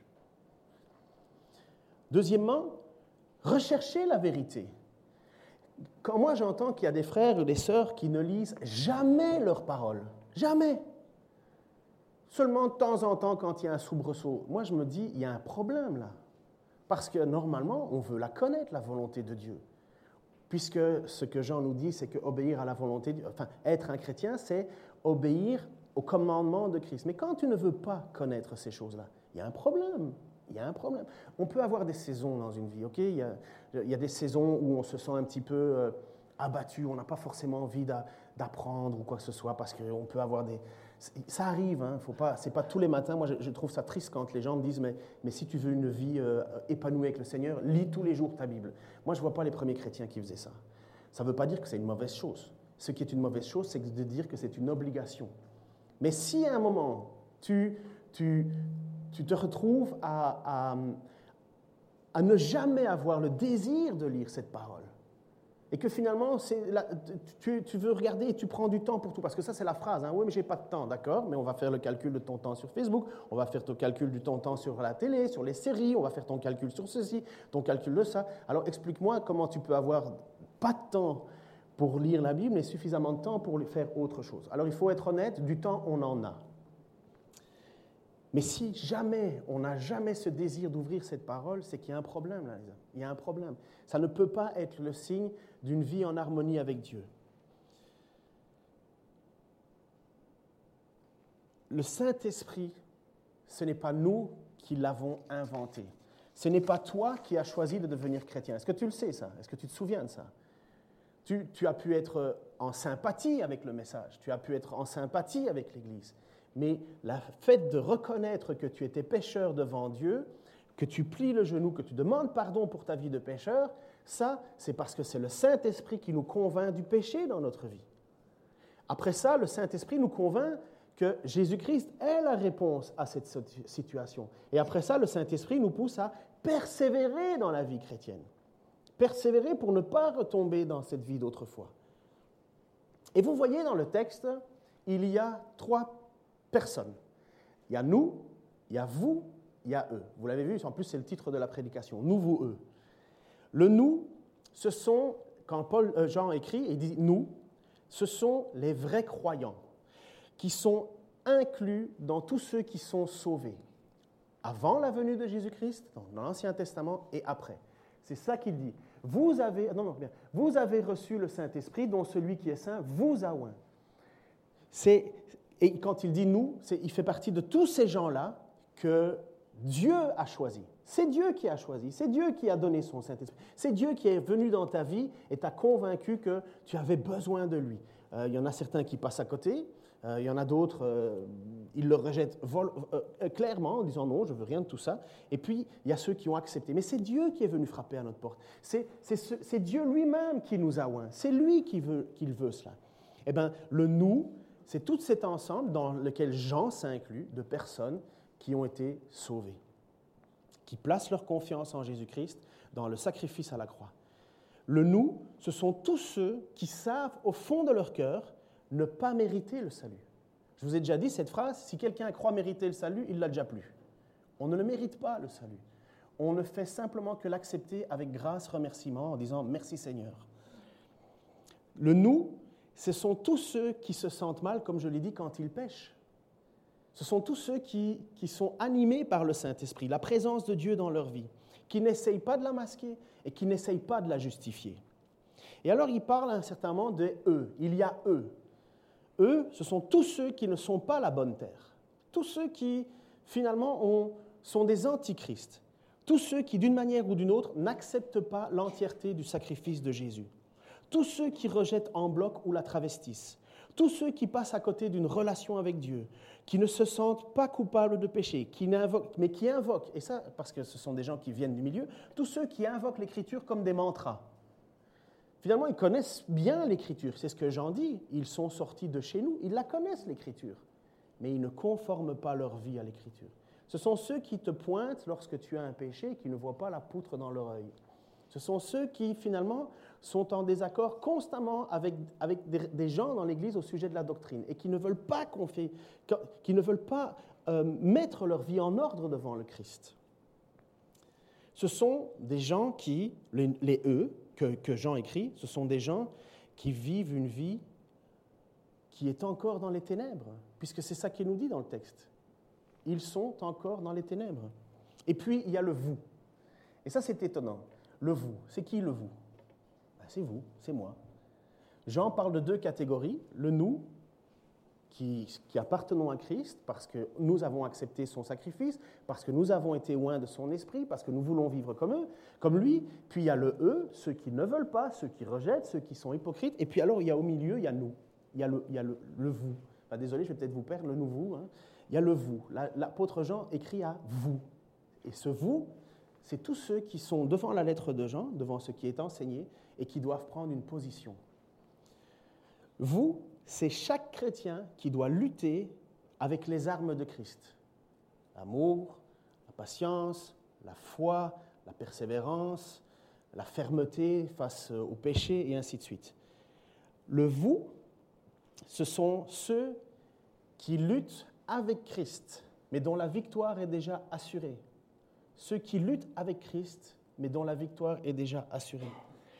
Deuxièmement, recherchez la vérité. Quand moi j'entends qu'il y a des frères ou des sœurs qui ne lisent jamais leurs paroles, jamais, seulement de temps en temps quand il y a un soubresaut, moi je me dis, il y a un problème là. Parce que normalement, on veut la connaître, la volonté de Dieu. Puisque ce que Jean nous dit, c'est qu'obéir à la volonté de Dieu, enfin, être un chrétien, c'est obéir au commandement de Christ. Mais quand tu ne veux pas connaître ces choses-là, il y a un problème. Il y a un problème. On peut avoir des saisons dans une vie, ok? Il y a, il y a des saisons où on se sent un petit peu euh, abattu, on n'a pas forcément envie d'a, d'apprendre ou quoi que ce soit, parce qu'on peut avoir des... Ça arrive, hein, faut pas, c'est pas tous les matins. Moi, je, je trouve ça triste quand les gens me disent, mais, mais si tu veux une vie euh, épanouie avec le Seigneur, lis tous les jours ta Bible. Moi, je ne vois pas les premiers chrétiens qui faisaient ça. Ça ne veut pas dire que c'est une mauvaise chose. Ce qui est une mauvaise chose, c'est de dire que c'est une obligation. Mais si à un moment, tu... tu tu te retrouves à, à, à ne jamais avoir le désir de lire cette parole. Et que finalement, c'est la, tu, tu veux regarder et tu prends du temps pour tout. Parce que ça, c'est la phrase. Hein, oui, mais je n'ai pas de temps, d'accord, mais on va faire le calcul de ton temps sur Facebook, on va faire ton calcul de ton temps sur la télé, sur les séries, on va faire ton calcul sur ceci, ton calcul de ça. Alors, explique-moi comment tu peux avoir pas de temps pour lire la Bible, mais suffisamment de temps pour faire autre chose. Alors, il faut être honnête, du temps, on en a. Mais si jamais, on n'a jamais ce désir d'ouvrir cette parole, c'est qu'il y a un problème, là, les amis. Il y a un problème. Ça ne peut pas être le signe d'une vie en harmonie avec Dieu. Le Saint-Esprit, ce n'est pas nous qui l'avons inventé. Ce n'est pas toi qui as choisi de devenir chrétien. Est-ce que tu le sais, ça? Est-ce que tu te souviens de ça? Tu, tu as pu être en sympathie avec le message, tu as pu être en sympathie avec l'Église. Mais le fait de reconnaître que tu étais pécheur devant Dieu, que tu plies le genou, que tu demandes pardon pour ta vie de pécheur, ça, c'est parce que c'est le Saint-Esprit qui nous convainc du péché dans notre vie. Après ça, le Saint-Esprit nous convainc que Jésus-Christ est la réponse à cette situation. Et après ça, le Saint-Esprit nous pousse à persévérer dans la vie chrétienne. Persévérer pour ne pas retomber dans cette vie d'autrefois. Et vous voyez dans le texte, il y a trois personnes. Il y a nous, il y a vous, il y a eux. Vous l'avez vu, en plus c'est le titre de la prédication, nous, vous, eux. Le nous, ce sont, quand Paul, euh, Jean écrit, il dit nous, ce sont les vrais croyants qui sont inclus dans tous ceux qui sont sauvés, avant la venue de Jésus-Christ, dans l'Ancien Testament et après. C'est ça qu'il dit. Vous avez, non, non, bien, vous avez reçu le Saint-Esprit, dont celui qui est saint vous a oint. C'est, et quand il dit nous, c'est, il fait partie de tous ces gens-là que Dieu a choisi. C'est Dieu qui a choisi, c'est Dieu qui a donné son Saint-Esprit. C'est Dieu qui est venu dans ta vie et t'a convaincu que tu avais besoin de lui. Euh, il y en a certains qui passent à côté, euh, il y en a d'autres, euh, ils le rejettent vol- euh, clairement en disant non, je ne veux rien de tout ça. Et puis, il y a ceux qui ont accepté. Mais c'est Dieu qui est venu frapper à notre porte. C'est, c'est, ce, c'est Dieu lui-même qui nous a oints. C'est lui qui veut, qui veut cela. Eh bien, le nous, c'est tout cet ensemble dans lequel Jean s'inclut de personnes qui ont été sauvées, qui placent leur confiance en Jésus-Christ dans le sacrifice à la croix. Le nous, ce sont tous ceux qui savent au fond de leur cœur ne pas mériter le salut. Je vous ai déjà dit cette phrase, si quelqu'un croit mériter le salut, il ne l'a déjà plus. On ne le mérite pas, le salut. On ne fait simplement que l'accepter avec grâce, remerciement, en disant « Merci Seigneur ». Le nous, ce sont tous ceux qui se sentent mal, comme je l'ai dit, quand ils pêchent. Ce sont tous ceux qui, qui sont animés par le Saint-Esprit, la présence de Dieu dans leur vie, qui n'essayent pas de la masquer et qui n'essayent pas de la justifier. Et alors, il parle à un certain moment de « eux ». Il y a « eux ». Eux, ce sont tous ceux qui ne sont pas la bonne terre. Tous ceux qui, finalement, ont, sont des antichrists. Tous ceux qui, d'une manière ou d'une autre, n'acceptent pas l'entièreté du sacrifice de Jésus. Tous ceux qui rejettent en bloc ou la travestissent. Tous ceux qui passent à côté d'une relation avec Dieu, qui ne se sentent pas coupables de péché, qui n'invoquent, mais qui invoquent, et ça, parce que ce sont des gens qui viennent du milieu, tous ceux qui invoquent l'Écriture comme des mantras. Finalement, ils connaissent bien l'Écriture, c'est ce que Jean dit, ils sont sortis de chez nous, ils la connaissent l'Écriture, mais ils ne conforment pas leur vie à l'Écriture. Ce sont ceux qui te pointent lorsque tu as un péché et qui ne voient pas la poutre dans leur œil. Ce sont ceux qui, finalement, sont en désaccord constamment avec, avec des, des gens dans l'Église au sujet de la doctrine et qui ne veulent pas, confier, qui ne veulent pas euh, mettre leur vie en ordre devant le Christ. Ce sont des gens qui, les, les eux, que, que Jean écrit, ce sont des gens qui vivent une vie qui est encore dans les ténèbres, puisque c'est ça qu'il nous dit dans le texte. Ils sont encore dans les ténèbres. Et puis, il y a le « vous ». Et ça, c'est étonnant. Le « vous », c'est qui le « vous » ? Ben, c'est vous, c'est moi. Jean parle de deux catégories. Le « nous », qui, qui appartenons à Christ, parce que nous avons accepté son sacrifice, parce que nous avons été oints de son esprit, parce que nous voulons vivre comme eux, comme lui. Puis il y a le « eux », ceux qui ne veulent pas, ceux qui rejettent, ceux qui sont hypocrites. Et puis alors, il y a au milieu, il y a nous. Il y a le, il y a le, le « vous ». Ben, désolé, je vais peut-être vous perdre, le « nous-vous ». Hein. Il y a le « vous ». La, l'apôtre Jean écrit à « vous ». Et ce « vous », c'est tous ceux qui sont devant la lettre de Jean, devant ce qui est enseigné, et qui doivent prendre une position. Vous, c'est chaque chrétien qui doit lutter avec les armes de Christ. L'amour, la patience, la foi, la persévérance, la fermeté face au péché, et ainsi de suite. Le « vous », ce sont ceux qui luttent avec Christ, mais dont la victoire est déjà assurée. Ceux qui luttent avec Christ, mais dont la victoire est déjà assurée.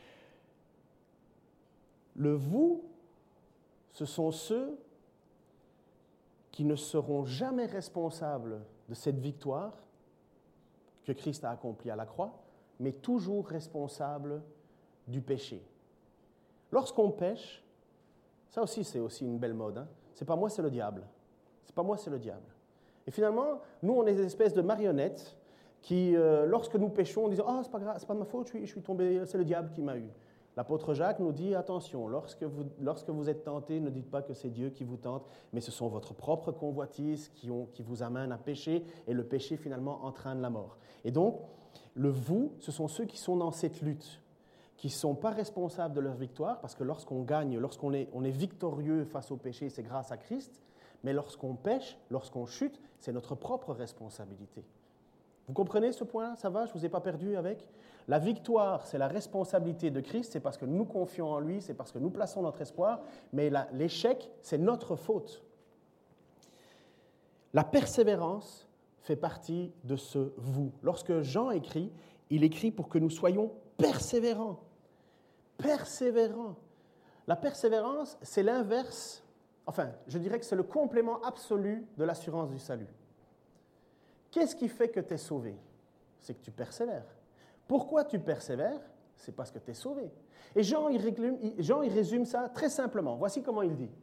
Le « vous », ce sont ceux qui ne seront jamais responsables de cette victoire que Christ a accomplie à la croix, mais toujours responsables du péché. Lorsqu'on pêche, ça aussi c'est aussi une belle mode, hein? C'est pas moi, c'est le diable. C'est pas moi, c'est le diable. Et finalement, nous on est des espèces de marionnettes qui, euh, lorsque nous péchons, on dit « Ah, oh, c'est pas grave, c'est pas de ma faute, je suis, je suis tombé, c'est le diable qui m'a eu. » L'apôtre Jacques nous dit, attention, lorsque vous, lorsque vous êtes tentés, ne dites pas que c'est Dieu qui vous tente, mais ce sont votre propre convoitise qui, ont, qui vous amène à pécher, et le péché finalement entraîne la mort. Et donc, le vous, ce sont ceux qui sont dans cette lutte, qui ne sont pas responsables de leur victoire, parce que lorsqu'on gagne, lorsqu'on est, on est victorieux face au péché, c'est grâce à Christ, mais lorsqu'on pêche, lorsqu'on chute, c'est notre propre responsabilité. Vous comprenez ce point? Ça va? Je ne vous ai pas perdu avec? La victoire, c'est la responsabilité de Christ, c'est parce que nous confions en lui, c'est parce que nous plaçons notre espoir, mais la, l'échec, c'est notre faute. La persévérance fait partie de ce « vous ». Lorsque Jean écrit, il écrit pour que nous soyons persévérants. Persévérants. La persévérance, c'est l'inverse, enfin, je dirais que c'est le complément absolu de l'assurance du salut. Qu'est-ce qui fait que tu es sauvé? C'est que tu persévères. Pourquoi tu persévères? C'est parce que tu es sauvé. Et Jean il, réclame, Jean, il résume ça très simplement. Voici comment il dit.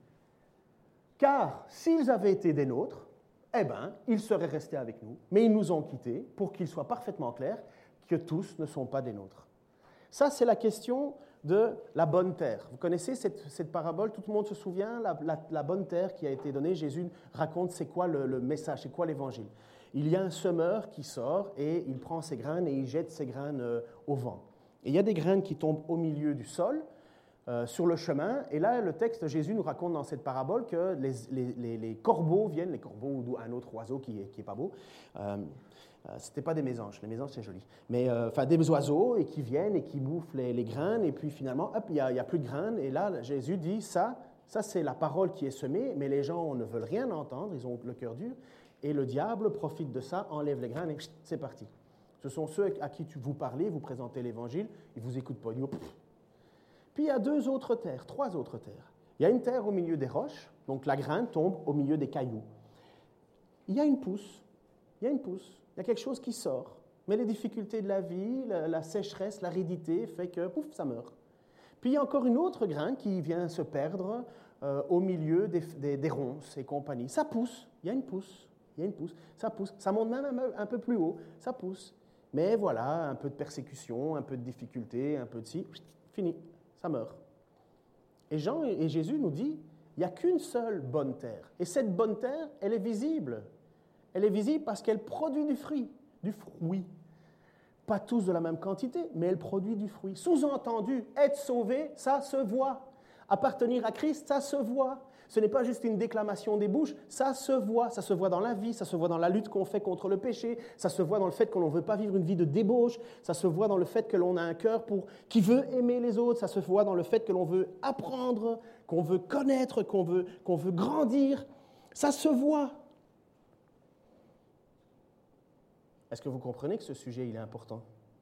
« Car s'ils avaient été des nôtres, eh bien, ils seraient restés avec nous, mais ils nous ont quittés pour qu'il soit parfaitement clair que tous ne sont pas des nôtres. » Ça, c'est la question de la bonne terre. Vous connaissez cette, cette parabole, tout le monde se souvient, la, la, la bonne terre qui a été donnée. Jésus raconte c'est quoi le, le message, c'est quoi l'évangile. Il y a un semeur qui sort et il prend ses graines et il jette ses graines euh, au vent. Et il y a des graines qui tombent au milieu du sol, euh, sur le chemin. Et là, le texte de Jésus nous raconte dans cette parabole que les, les, les, les corbeaux viennent, les corbeaux ou un autre oiseau qui n'est qui est pas beau, euh, euh, ce n'était pas des mésanges, les mésanges c'est joli, mais euh, enfin des oiseaux et qui viennent et qui bouffent les, les graines. Et puis finalement, hop, il n'y a, a plus de graines. Et là, Jésus dit ça, ça c'est la parole qui est semée, mais les gens ne veulent rien entendre, ils ont le cœur dur. Et le diable profite de ça, enlève les graines et c'est parti. Ce sont ceux à qui tu vous parlez, vous présentez l'évangile, ils ne vous écoutent pas. Ils disent, puis il y a deux autres terres, trois autres terres. Il y a une terre au milieu des roches, donc la graine tombe au milieu des cailloux. Il y a une pousse, il y a une pousse, il y a quelque chose qui sort. Mais les difficultés de la vie, la, la sécheresse, l'aridité fait que, pouf, ça meurt. Puis il y a encore une autre graine qui vient se perdre euh, au milieu des, des, des ronces et compagnie. Ça pousse, il y a une pousse. Il y a une pousse, ça pousse, ça monte même un, un peu plus haut, ça pousse. Mais voilà, un peu de persécution, un peu de difficulté, un peu de ci, fini, ça meurt. Et Jean et Jésus nous dit, il n'y a qu'une seule bonne terre. Et cette bonne terre, elle est visible. Elle est visible parce qu'elle produit du fruit, du fruit. Pas tous de la même quantité, mais elle produit du fruit. Sous-entendu, être sauvé, ça se voit. Appartenir à Christ, ça se voit. Ce n'est pas juste une déclamation des bouches, ça se voit. Ça se voit dans la vie, ça se voit dans la lutte qu'on fait contre le péché, ça se voit dans le fait que l'on ne veut pas vivre une vie de débauche, ça se voit dans le fait que l'on a un cœur pour, qui veut aimer les autres, ça se voit dans le fait que l'on veut apprendre, qu'on veut connaître, qu'on veut, qu'on veut grandir. Ça se voit. Est-ce que vous comprenez que ce sujet, il est important?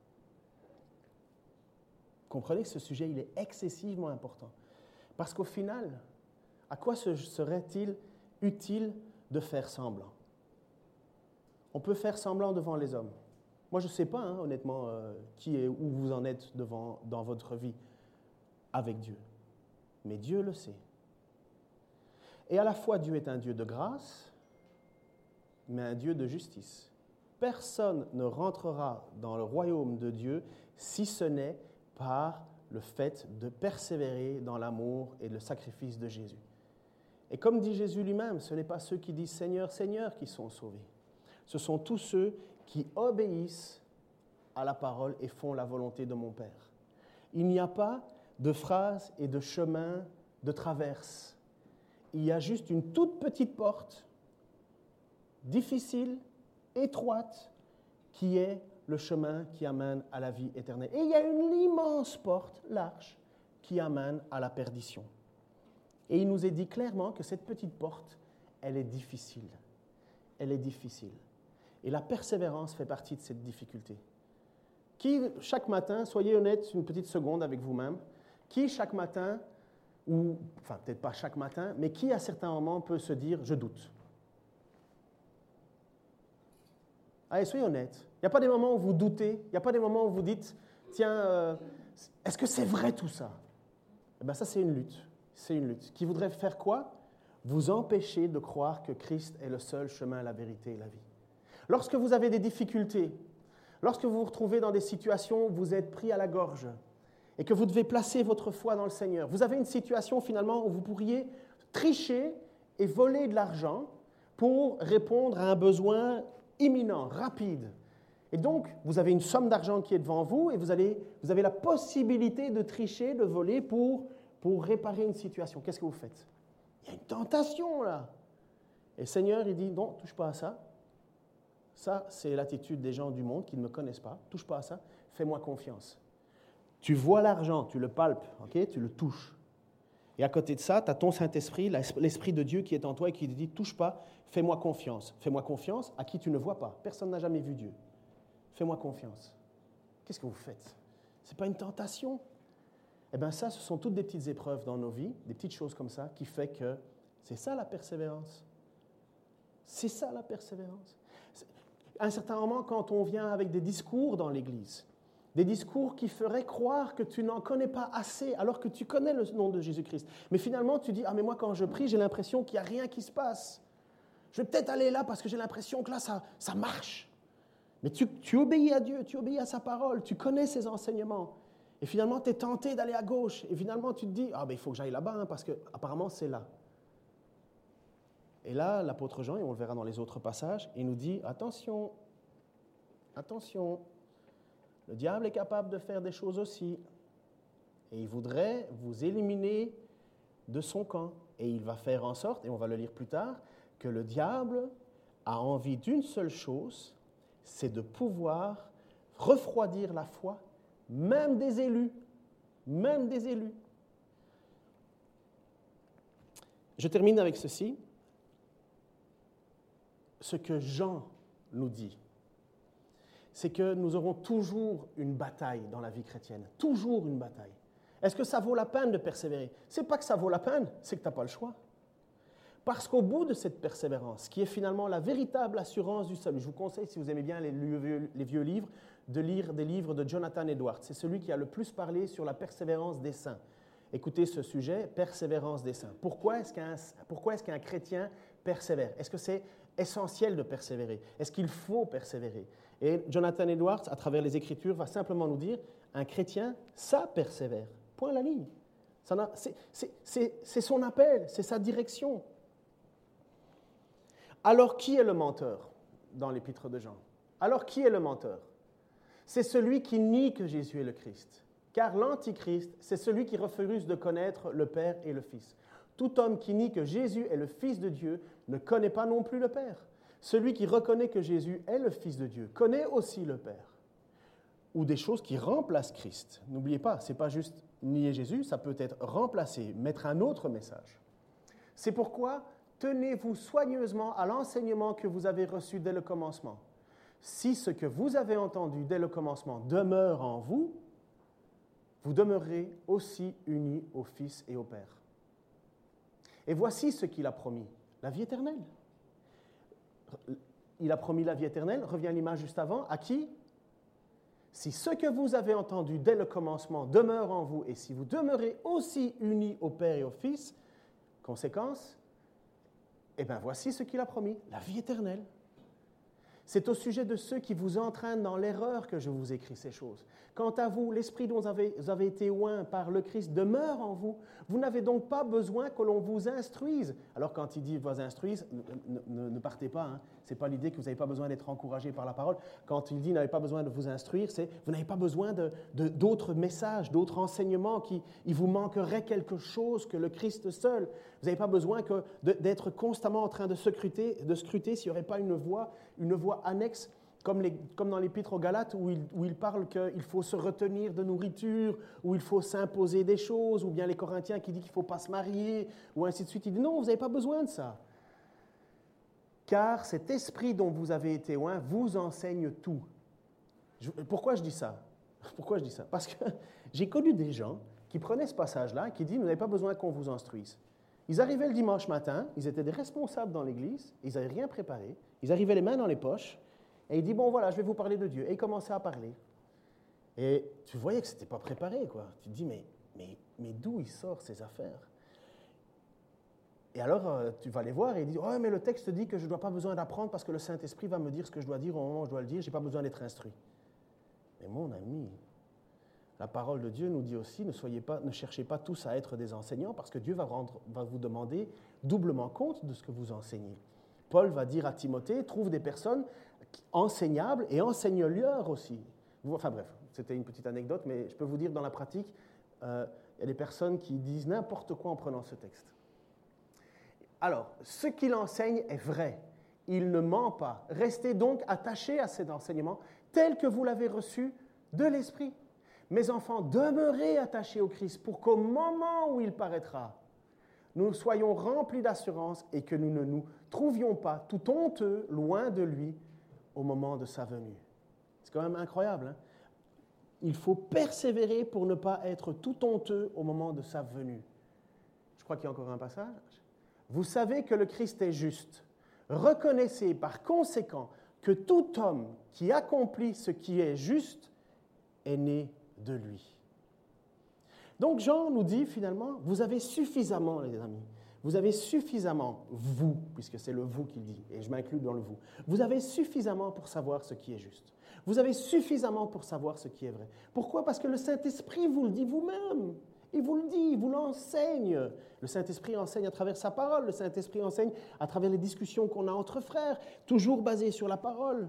Comprenez que ce sujet, il est excessivement important. Parce qu'au final, à quoi serait-il utile de faire semblant? On peut faire semblant devant les hommes. Moi, je ne sais pas, hein, honnêtement, euh, qui est, où vous en êtes devant, dans votre vie avec Dieu. Mais Dieu le sait. Et à la fois, Dieu est un Dieu de grâce, mais un Dieu de justice. Personne ne rentrera dans le royaume de Dieu si ce n'est par le fait de persévérer dans l'amour et le sacrifice de Jésus. Et comme dit Jésus lui-même, ce n'est pas ceux qui disent « Seigneur, Seigneur » qui sont sauvés. Ce sont tous ceux qui obéissent à la parole et font la volonté de mon Père. Il n'y a pas de phrase et de chemin de traverse. Il y a juste une toute petite porte, difficile, étroite, qui est le chemin qui amène à la vie éternelle. Et il y a une immense porte, large, qui amène à la perdition. Et il nous est dit clairement que cette petite porte, elle est difficile. Elle est difficile. Et la persévérance fait partie de cette difficulté. Qui, chaque matin, soyez honnête une petite seconde avec vous-même, qui chaque matin, ou, enfin peut-être pas chaque matin, mais qui à certains moments peut se dire « je doute ». Allez, soyez honnête. Il n'y a pas des moments où vous doutez, il n'y a pas des moments où vous dites « tiens, euh, est-ce que c'est vrai tout ça ?» Eh bien ça, c'est une lutte. C'est une lutte. Qui voudrait faire quoi? Vous empêcher de croire que Christ est le seul chemin, la vérité et la vie. Lorsque vous avez des difficultés, lorsque vous vous retrouvez dans des situations où vous êtes pris à la gorge, et que vous devez placer votre foi dans le Seigneur. Vous avez une situation finalement où vous pourriez tricher et voler de l'argent pour répondre à un besoin imminent, rapide. Et donc, vous avez une somme d'argent qui est devant vous et vous, allez, vous avez la possibilité de tricher, de voler pour, pour réparer une situation. Qu'est-ce que vous faites? Il y a une tentation là. Et le Seigneur, il dit, non, touche pas à ça. Ça, c'est l'attitude des gens du monde qui ne me connaissent pas. Touche pas à ça, fais-moi confiance. Tu vois l'argent, tu le palpes, okay? Tu le touches. Et à côté de ça, tu as ton Saint-Esprit, l'Esprit de Dieu qui est en toi et qui te dit, touche pas, fais-moi confiance. Fais-moi confiance à qui tu ne vois pas. Personne n'a jamais vu Dieu. Fais-moi confiance. Qu'est-ce que vous faites? Ce n'est pas une tentation? Eh bien ça, ce sont toutes des petites épreuves dans nos vies, des petites choses comme ça, qui fait que c'est ça la persévérance. C'est ça la persévérance. À un certain moment, quand on vient avec des discours dans l'Église, des discours qui feraient croire que tu n'en connais pas assez, alors que tu connais le nom de Jésus-Christ. Mais finalement, tu dis, ah mais moi quand je prie, j'ai l'impression qu'il n'y a rien qui se passe. Je vais peut-être aller là parce que j'ai l'impression que là, ça, ça marche. Mais tu, tu obéis à Dieu, tu obéis à sa parole, tu connais ses enseignements. Et finalement, tu es tenté d'aller à gauche. Et finalement, tu te dis, ah ben il faut que j'aille là-bas, hein, parce qu'apparemment, c'est là. Et là, l'apôtre Jean, et on le verra dans les autres passages, il nous dit, attention, attention, le diable est capable de faire des choses aussi. Et il voudrait vous éliminer de son camp. Et il va faire en sorte, et on va le lire plus tard, que le diable a envie d'une seule chose, c'est de pouvoir refroidir la foi, même des élus, même des élus. Je termine avec ceci. Ce que Jean nous dit, c'est que nous aurons toujours une bataille dans la vie chrétienne, toujours une bataille. Est-ce que ça vaut la peine de persévérer? Ce n'est pas que ça vaut la peine, c'est que tu n'as pas le choix. Parce qu'au bout de cette persévérance, qui est finalement la véritable assurance du salut, je vous conseille, si vous aimez bien les vieux, les vieux livres, de lire des livres de Jonathan Edwards. C'est celui qui a le plus parlé sur la persévérance des saints. Écoutez ce sujet, persévérance des saints. Pourquoi est-ce qu'un, pourquoi est-ce qu'un chrétien persévère? Est-ce que c'est essentiel de persévérer? Est-ce qu'il faut persévérer? Et Jonathan Edwards, à travers les Écritures, va simplement nous dire, un chrétien, ça persévère. Point à la ligne. Ça n'a, c'est, c'est, c'est, c'est son appel, c'est sa direction. Alors, qui est le menteur dans l'épître de Jean? Alors, qui est le menteur? C'est celui qui nie que Jésus est le Christ. Car l'Antichrist, c'est celui qui refuse de connaître le Père et le Fils. Tout homme qui nie que Jésus est le Fils de Dieu ne connaît pas non plus le Père. Celui qui reconnaît que Jésus est le Fils de Dieu connaît aussi le Père. Ou des choses qui remplacent Christ. N'oubliez pas, ce n'est pas juste nier Jésus, ça peut être remplacé, mettre un autre message. C'est pourquoi tenez-vous soigneusement à l'enseignement que vous avez reçu dès le commencement. Si ce que vous avez entendu dès le commencement demeure en vous, vous demeurerez aussi unis au Fils et au Père. Et voici ce qu'il a promis, la vie éternelle. Il a promis la vie éternelle, revient à l'image juste avant, à qui? Si ce que vous avez entendu dès le commencement demeure en vous, et si vous demeurez aussi unis au Père et au Fils, conséquence, eh bien voici ce qu'il a promis, la vie éternelle. C'est au sujet de ceux qui vous entraînent dans l'erreur que je vous écris ces choses. Quant à vous, l'Esprit dont vous avez, vous avez été oint par le Christ demeure en vous. Vous n'avez donc pas besoin que l'on vous instruise. Alors quand il dit « vous instruise », ne, ne, ne partez pas. Hein. Ce n'est pas l'idée que vous n'avez pas besoin d'être encouragé par la parole. Quand il dit « vous n'avez pas besoin de vous instruire », c'est « vous n'avez pas besoin de, de, d'autres messages, d'autres enseignements, qui, il vous manquerait quelque chose que le Christ seul. Vous n'avez pas besoin que de, d'être constamment en train de scruter, de scruter s'il n'y aurait pas une voie, une voie annexe, comme, les, comme dans l'Épître aux Galates, où il, où il parle qu'il faut se retenir de nourriture, où il faut s'imposer des choses, ou bien les Corinthiens qui disent qu'il ne faut pas se marier, ou ainsi de suite. Il dit non, vous n'avez pas besoin de ça. Car cet esprit dont vous avez été oint vous enseigne tout. Je, pourquoi je dis ça? Pourquoi je dis ça? Parce que j'ai connu des gens qui prenaient ce passage-là et qui disent vous n'avez pas besoin qu'on vous instruise. Ils arrivaient le dimanche matin, ils étaient des responsables dans l'église, ils n'avaient rien préparé, ils arrivaient les mains dans les poches, et il dit, bon voilà, je vais vous parler de Dieu. Et il commençait à parler. Et tu voyais que ce n'était pas préparé, quoi. Tu te dis, mais, mais, mais d'où il sort ces affaires? Et alors, euh, tu vas les voir et il dit, oh, mais le texte dit que je ne dois pas besoin d'apprendre parce que le Saint-Esprit va me dire ce que je dois dire au moment où je dois le dire, je n'ai pas besoin d'être instruit. Mais mon ami, la parole de Dieu nous dit aussi, ne, soyez pas, ne cherchez pas tous à être des enseignants, parce que Dieu va, rendre, va vous demander doublement compte de ce que vous enseignez. Paul va dire à Timothée, trouve des personnes enseignables et enseigne-leur aussi. Enfin bref, c'était une petite anecdote, mais je peux vous dire, dans la pratique, euh, il y a des personnes qui disent n'importe quoi en prenant ce texte. Alors, ce qu'il enseigne est vrai. Il ne ment pas. Restez donc attachés à cet enseignement tel que vous l'avez reçu de l'Esprit. Mes enfants, demeurez attachés au Christ pour qu'au moment où il paraîtra, nous soyons remplis d'assurance et que nous ne nous trouvions pas tout honteux loin de lui au moment de sa venue. C'est quand même incroyable, hein? Il faut persévérer pour ne pas être tout honteux au moment de sa venue. Je crois qu'il y a encore un passage. Vous savez que le Christ est juste. Reconnaissez par conséquent que tout homme qui accomplit ce qui est juste est né de lui. Donc Jean nous dit finalement, vous avez suffisamment, les amis, vous avez suffisamment, vous, puisque c'est le vous qu'il dit, et je m'inclus dans le vous, vous avez suffisamment pour savoir ce qui est juste. Vous avez suffisamment pour savoir ce qui est vrai. Pourquoi? Parce que le Saint-Esprit vous le dit vous-même. Il vous le dit, il vous l'enseigne. Le Saint-Esprit enseigne à travers sa parole, le Saint-Esprit enseigne à travers les discussions qu'on a entre frères, toujours basées sur la parole.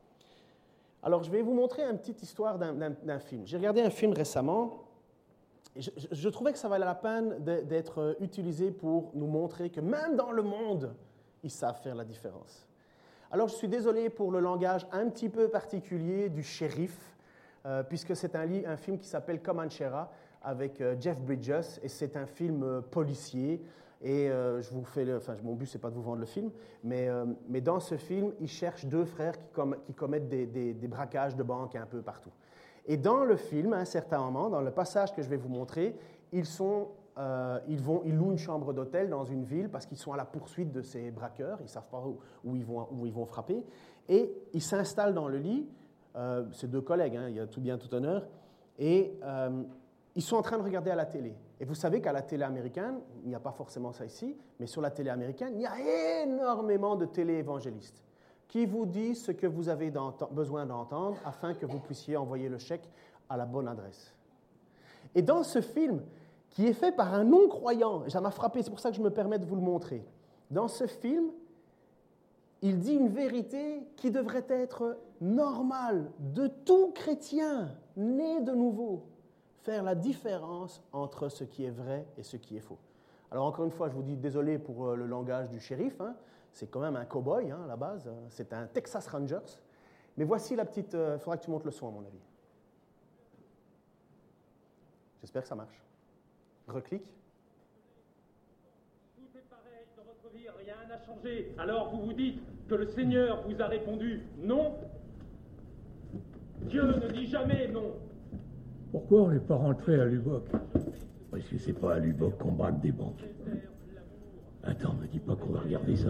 Alors, je vais vous montrer une petite histoire d'un, d'un, d'un film. J'ai regardé un film récemment, et je, je, je trouvais que ça valait la peine de, d'être utilisé pour nous montrer que même dans le monde, ils savent faire la différence. Alors, je suis désolé pour le langage un petit peu particulier du shérif, euh, puisque c'est un, li- un film qui s'appelle Comanchera, avec euh, Jeff Bridges, et c'est un film euh, policier. Et euh, je vous fais, le, enfin, mon but, c'est pas de vous vendre le film, mais, euh, mais dans ce film, ils cherchent deux frères qui, com- qui commettent des, des, des braquages de banques un peu partout. Et dans le film, à un certain moment, dans le passage que je vais vous montrer, ils, sont, euh, ils, vont, ils louent une chambre d'hôtel dans une ville parce qu'ils sont à la poursuite de ces braqueurs, ils ne savent pas où, où, ils vont, où ils vont frapper, et ils s'installent dans le lit, euh, c'est deux collègues, hein, il y a tout bien, tout honneur, et euh, ils sont en train de regarder à la télé. Et vous savez qu'à la télé américaine, il n'y a pas forcément ça ici, mais sur la télé américaine, il y a énormément de téléévangélistes qui vous disent ce que vous avez d'ent- besoin d'entendre afin que vous puissiez envoyer le chèque à la bonne adresse. Et dans ce film, qui est fait par un non-croyant, et ça m'a frappé, c'est pour ça que je me permets de vous le montrer, dans ce film, il dit une vérité qui devrait être normale de tout chrétien né de nouveau. Faire la différence entre ce qui est vrai et ce qui est faux. Alors encore une fois, je vous dis désolé pour le langage du shérif, hein. C'est quand même un cow-boy hein, à la base, c'est un Texas Rangers. Mais voici la petite... Il euh, faudra que tu montes le son à mon avis. J'espère que ça marche. Reclique. Tout est pareil dans votre vie, rien n'a changé. Alors vous vous dites que le Seigneur vous a répondu non. Dieu ne dit jamais non. Pourquoi on n'est pas rentré à Lubbock? Parce que c'est pas à Lubbock qu'on braque des banques. Attends, me dis pas qu'on va regarder ça.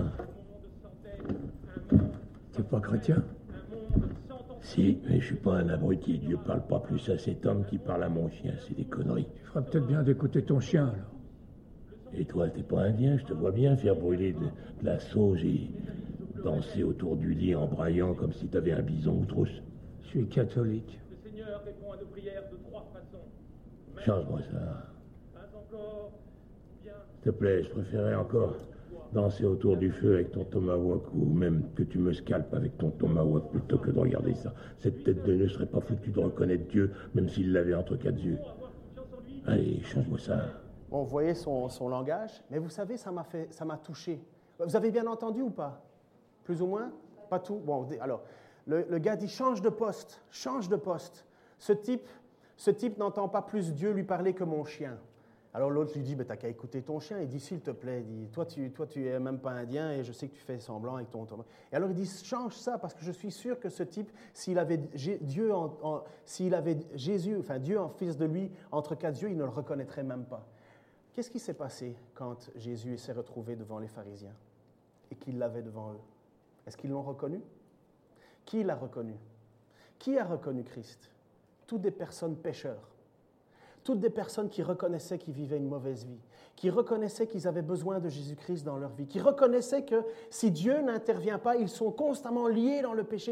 T'es pas chrétien? Si, mais je suis pas un abruti. Dieu parle pas plus à cet homme qui parle à mon chien. C'est des conneries. Tu ferais peut-être bien d'écouter ton chien, alors. Et toi, t'es pas indien? Je te vois bien faire brûler de, de la sauge et danser autour du lit en braillant comme si t'avais un bison ou trousse. Je suis catholique. Le Seigneur répond à nos prières de trois façons. Change-moi ça. Pas encore. Bien. S'il te plaît, je préférerais encore danser autour du feu avec ton tomahawk ou même que tu me scalpes avec ton tomahawk plutôt que de regarder ça. Cette tête de nœud serait pas foutue de reconnaître Dieu, même s'il l'avait entre quatre yeux. Allez, change-moi ça. Bon, vous voyez son, son langage, mais vous savez, ça m'a fait, ça m'a touché. Vous avez bien entendu ou pas? Plus ou moins? Pas tout? Bon, alors, le, le gars dit change de poste, change de poste. Ce type, ce type n'entend pas plus Dieu lui parler que mon chien. Alors l'autre lui dit, ben, t'as qu'à écouter ton chien. Il dit, s'il te plaît, il dit, toi, tu, toi, tu es même pas indien et je sais que tu fais semblant avec ton... ton... Et alors il dit, change ça parce que je suis sûr que ce type, s'il avait Dieu, en, en, s'il avait Jésus, enfin Dieu en fils de lui, entre quatre yeux, il ne le reconnaîtrait même pas. Qu'est-ce qui s'est passé quand Jésus s'est retrouvé devant les pharisiens et qu'il l'avait devant eux? Est-ce qu'ils l'ont reconnu? Qui l'a reconnu? Qui a reconnu Christ? Toutes des personnes pécheurs. Toutes des personnes qui reconnaissaient qu'ils vivaient une mauvaise vie, qui reconnaissaient qu'ils avaient besoin de Jésus-Christ dans leur vie, qui reconnaissaient que si Dieu n'intervient pas, ils sont constamment liés dans le péché.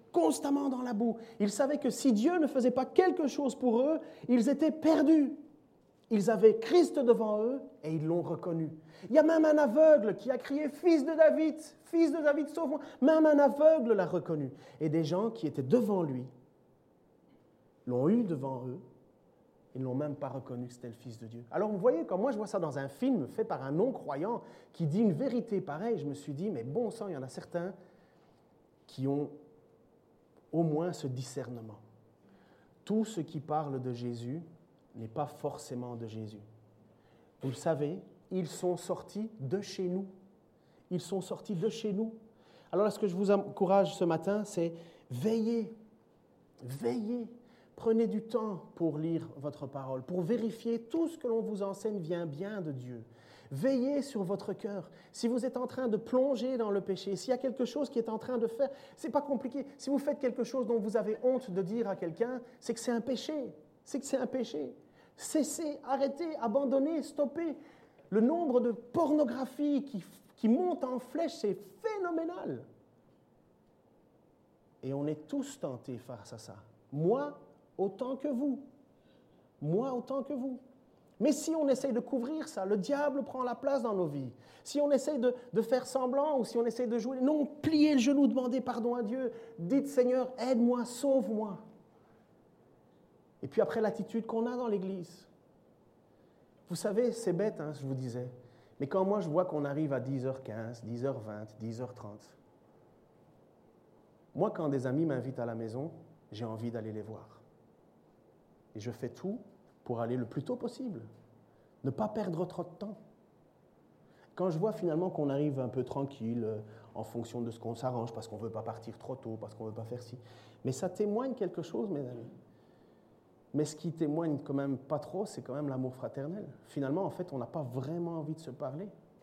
constamment dans la boue. Ils savaient que si Dieu ne faisait pas quelque chose pour eux, ils étaient perdus. Ils avaient Christ devant eux et ils l'ont reconnu. Il y a même un aveugle qui a crié « Fils de David, fils de David, sauve-moi ». Même un aveugle l'a reconnu. Et des gens qui étaient devant lui l'ont eu devant eux. Ils ne l'ont même pas reconnu que c'était le Fils de Dieu. Alors vous voyez, quand moi je vois ça dans un film fait par un non-croyant qui dit une vérité pareille, je me suis dit, mais bon sang, il y en a certains qui ont au moins ce discernement. Tout ce qui parle de Jésus n'est pas forcément de Jésus. Vous le savez, ils sont sortis de chez nous. Ils sont sortis de chez nous. Alors là, ce que je vous encourage ce matin, c'est veillez, veillez. Prenez du temps pour lire votre parole, pour vérifier tout ce que l'on vous enseigne vient bien de Dieu. Veillez sur votre cœur. Si vous êtes en train de plonger dans le péché, s'il y a quelque chose qui est en train de faire, ce n'est pas compliqué. Si vous faites quelque chose dont vous avez honte de dire à quelqu'un, c'est que c'est un péché. C'est que c'est un péché. Cessez, arrêtez, abandonnez, stoppez. Le nombre de pornographie qui, qui monte en flèche, c'est phénoménal. Et on est tous tentés face à ça. Moi, autant que vous. Moi, autant que vous. Mais si on essaye de couvrir ça, le diable prend la place dans nos vies. Si on essaye de, de faire semblant ou si on essaye de jouer, non, pliez le genou, demandez pardon à Dieu. Dites, Seigneur, aide-moi, sauve-moi. Et puis après, l'attitude qu'on a dans l'Église. Vous savez, c'est bête, hein, je vous disais. Mais quand moi, je vois qu'on arrive à dix heures quinze, dix heures vingt, dix heures trente, moi, quand des amis m'invitent à la maison, j'ai envie d'aller les voir. Et je fais tout pour aller le plus tôt possible. Ne pas perdre trop de temps. Quand je vois finalement qu'on arrive un peu tranquille, euh, en fonction de ce qu'on s'arrange, parce qu'on ne veut pas partir trop tôt, parce qu'on ne veut pas faire ci. Mais ça témoigne quelque chose, mes amis. Mais ce qui témoigne quand même pas trop, c'est quand même l'amour fraternel. Finalement, en fait, on n'a pas vraiment envie de se parler.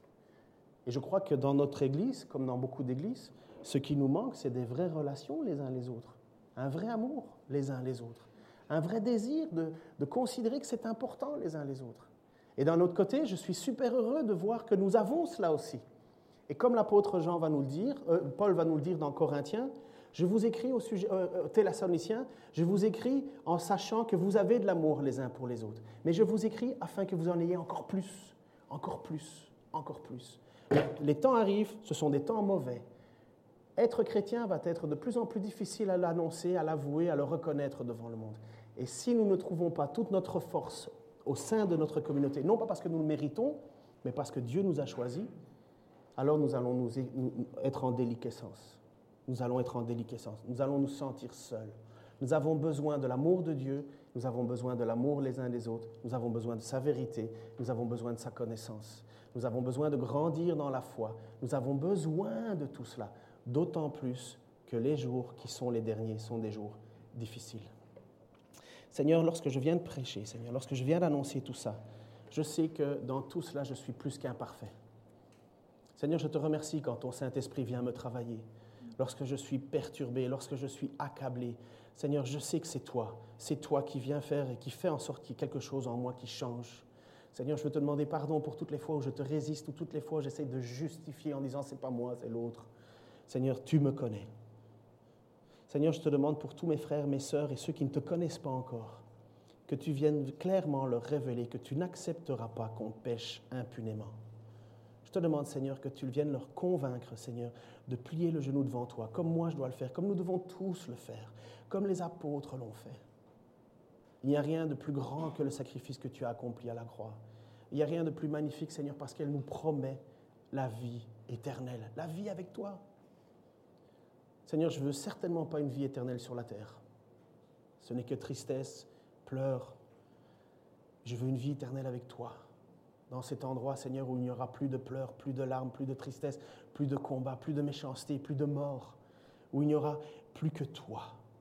Et je crois que dans notre Église, comme dans beaucoup d'Églises, ce qui nous manque, c'est des vraies relations les uns les autres. Un vrai amour les uns les autres. Un vrai désir de, de considérer que c'est important les uns les autres. Et d'un autre côté, je suis super heureux de voir que nous avons cela aussi. Et comme l'apôtre Jean va nous le dire, euh, Paul va nous le dire dans Corinthiens, je vous écris au sujet, euh, Thessaloniciens, je vous écris en sachant que vous avez de l'amour les uns pour les autres. Mais je vous écris afin que vous en ayez encore plus, encore plus, encore plus. Les temps arrivent, ce sont des temps mauvais. Être chrétien va être de plus en plus difficile à l'annoncer, à l'avouer, à le reconnaître devant le monde. Et si nous ne trouvons pas toute notre force au sein de notre communauté, non pas parce que nous le méritons, mais parce que Dieu nous a choisis, alors nous allons nous être en déliquescence. Nous allons être en déliquescence. Nous allons nous sentir seuls. Nous avons besoin de l'amour de Dieu, nous avons besoin de l'amour les uns des autres, nous avons besoin de sa vérité, nous avons besoin de sa connaissance, nous avons besoin de grandir dans la foi, nous avons besoin de tout cela. D'autant plus que les jours qui sont les derniers sont des jours difficiles. Seigneur, lorsque je viens de prêcher, Seigneur, lorsque je viens d'annoncer tout ça, je sais que dans tout cela, je suis plus qu'imparfait. Seigneur, je te remercie quand ton Saint-Esprit vient me travailler. Lorsque je suis perturbé, lorsque je suis accablé, Seigneur, je sais que c'est toi. C'est toi qui viens faire et qui fait en sorte qu'il y ait quelque chose en moi qui change. Seigneur, je veux te demander pardon pour toutes les fois où je te résiste ou toutes les fois où j'essaie de justifier en disant « c'est pas moi, c'est l'autre ». Seigneur, tu me connais. Seigneur, je te demande pour tous mes frères, mes sœurs et ceux qui ne te connaissent pas encore, que tu viennes clairement leur révéler que tu n'accepteras pas qu'on pêche impunément. Je te demande, Seigneur, que tu viennes leur convaincre, Seigneur, de plier le genou devant toi, comme moi je dois le faire, comme nous devons tous le faire, comme les apôtres l'ont fait. Il n'y a rien de plus grand que le sacrifice que tu as accompli à la croix. Il n'y a rien de plus magnifique, Seigneur, parce qu'elle nous promet la vie éternelle, la vie avec toi. Seigneur, je ne veux certainement pas une vie éternelle sur la terre. Ce n'est que tristesse, pleurs. Je veux une vie éternelle avec toi. Dans cet endroit, Seigneur, où il n'y aura plus de pleurs, plus de larmes, plus de tristesse, plus de combats, plus de méchanceté, plus de mort. Où il n'y aura plus que toi.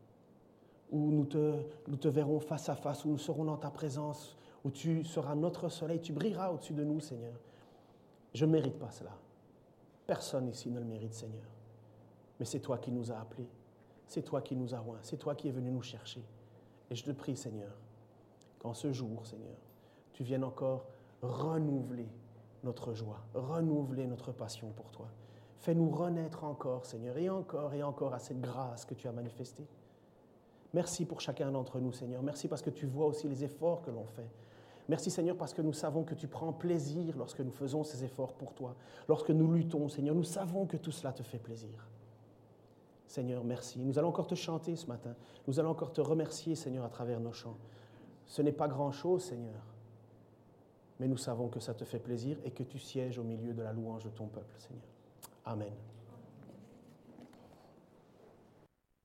Où nous te, nous te verrons face à face, où nous serons dans ta présence, où tu seras notre soleil, tu brilleras au-dessus de nous, Seigneur. Je ne mérite pas cela. Personne ici ne le mérite, Seigneur. Mais c'est toi qui nous as appelés, c'est toi qui nous as oints, c'est toi qui es venu nous chercher. Et je te prie, Seigneur, qu'en ce jour, Seigneur, tu viennes encore renouveler notre joie, renouveler notre passion pour toi. Fais-nous renaître encore, Seigneur, et encore et encore à cette grâce que tu as manifestée. Merci pour chacun d'entre nous, Seigneur. Merci parce que tu vois aussi les efforts que l'on fait. Merci, Seigneur, parce que nous savons que tu prends plaisir lorsque nous faisons ces efforts pour toi. Lorsque nous luttons, Seigneur, nous savons que tout cela te fait plaisir. Seigneur, merci. Nous allons encore te chanter ce matin. Nous allons encore te remercier, Seigneur, à travers nos chants. Ce n'est pas grand-chose, Seigneur, mais nous savons que ça te fait plaisir et que tu sièges au milieu de la louange de ton peuple, Seigneur. Amen.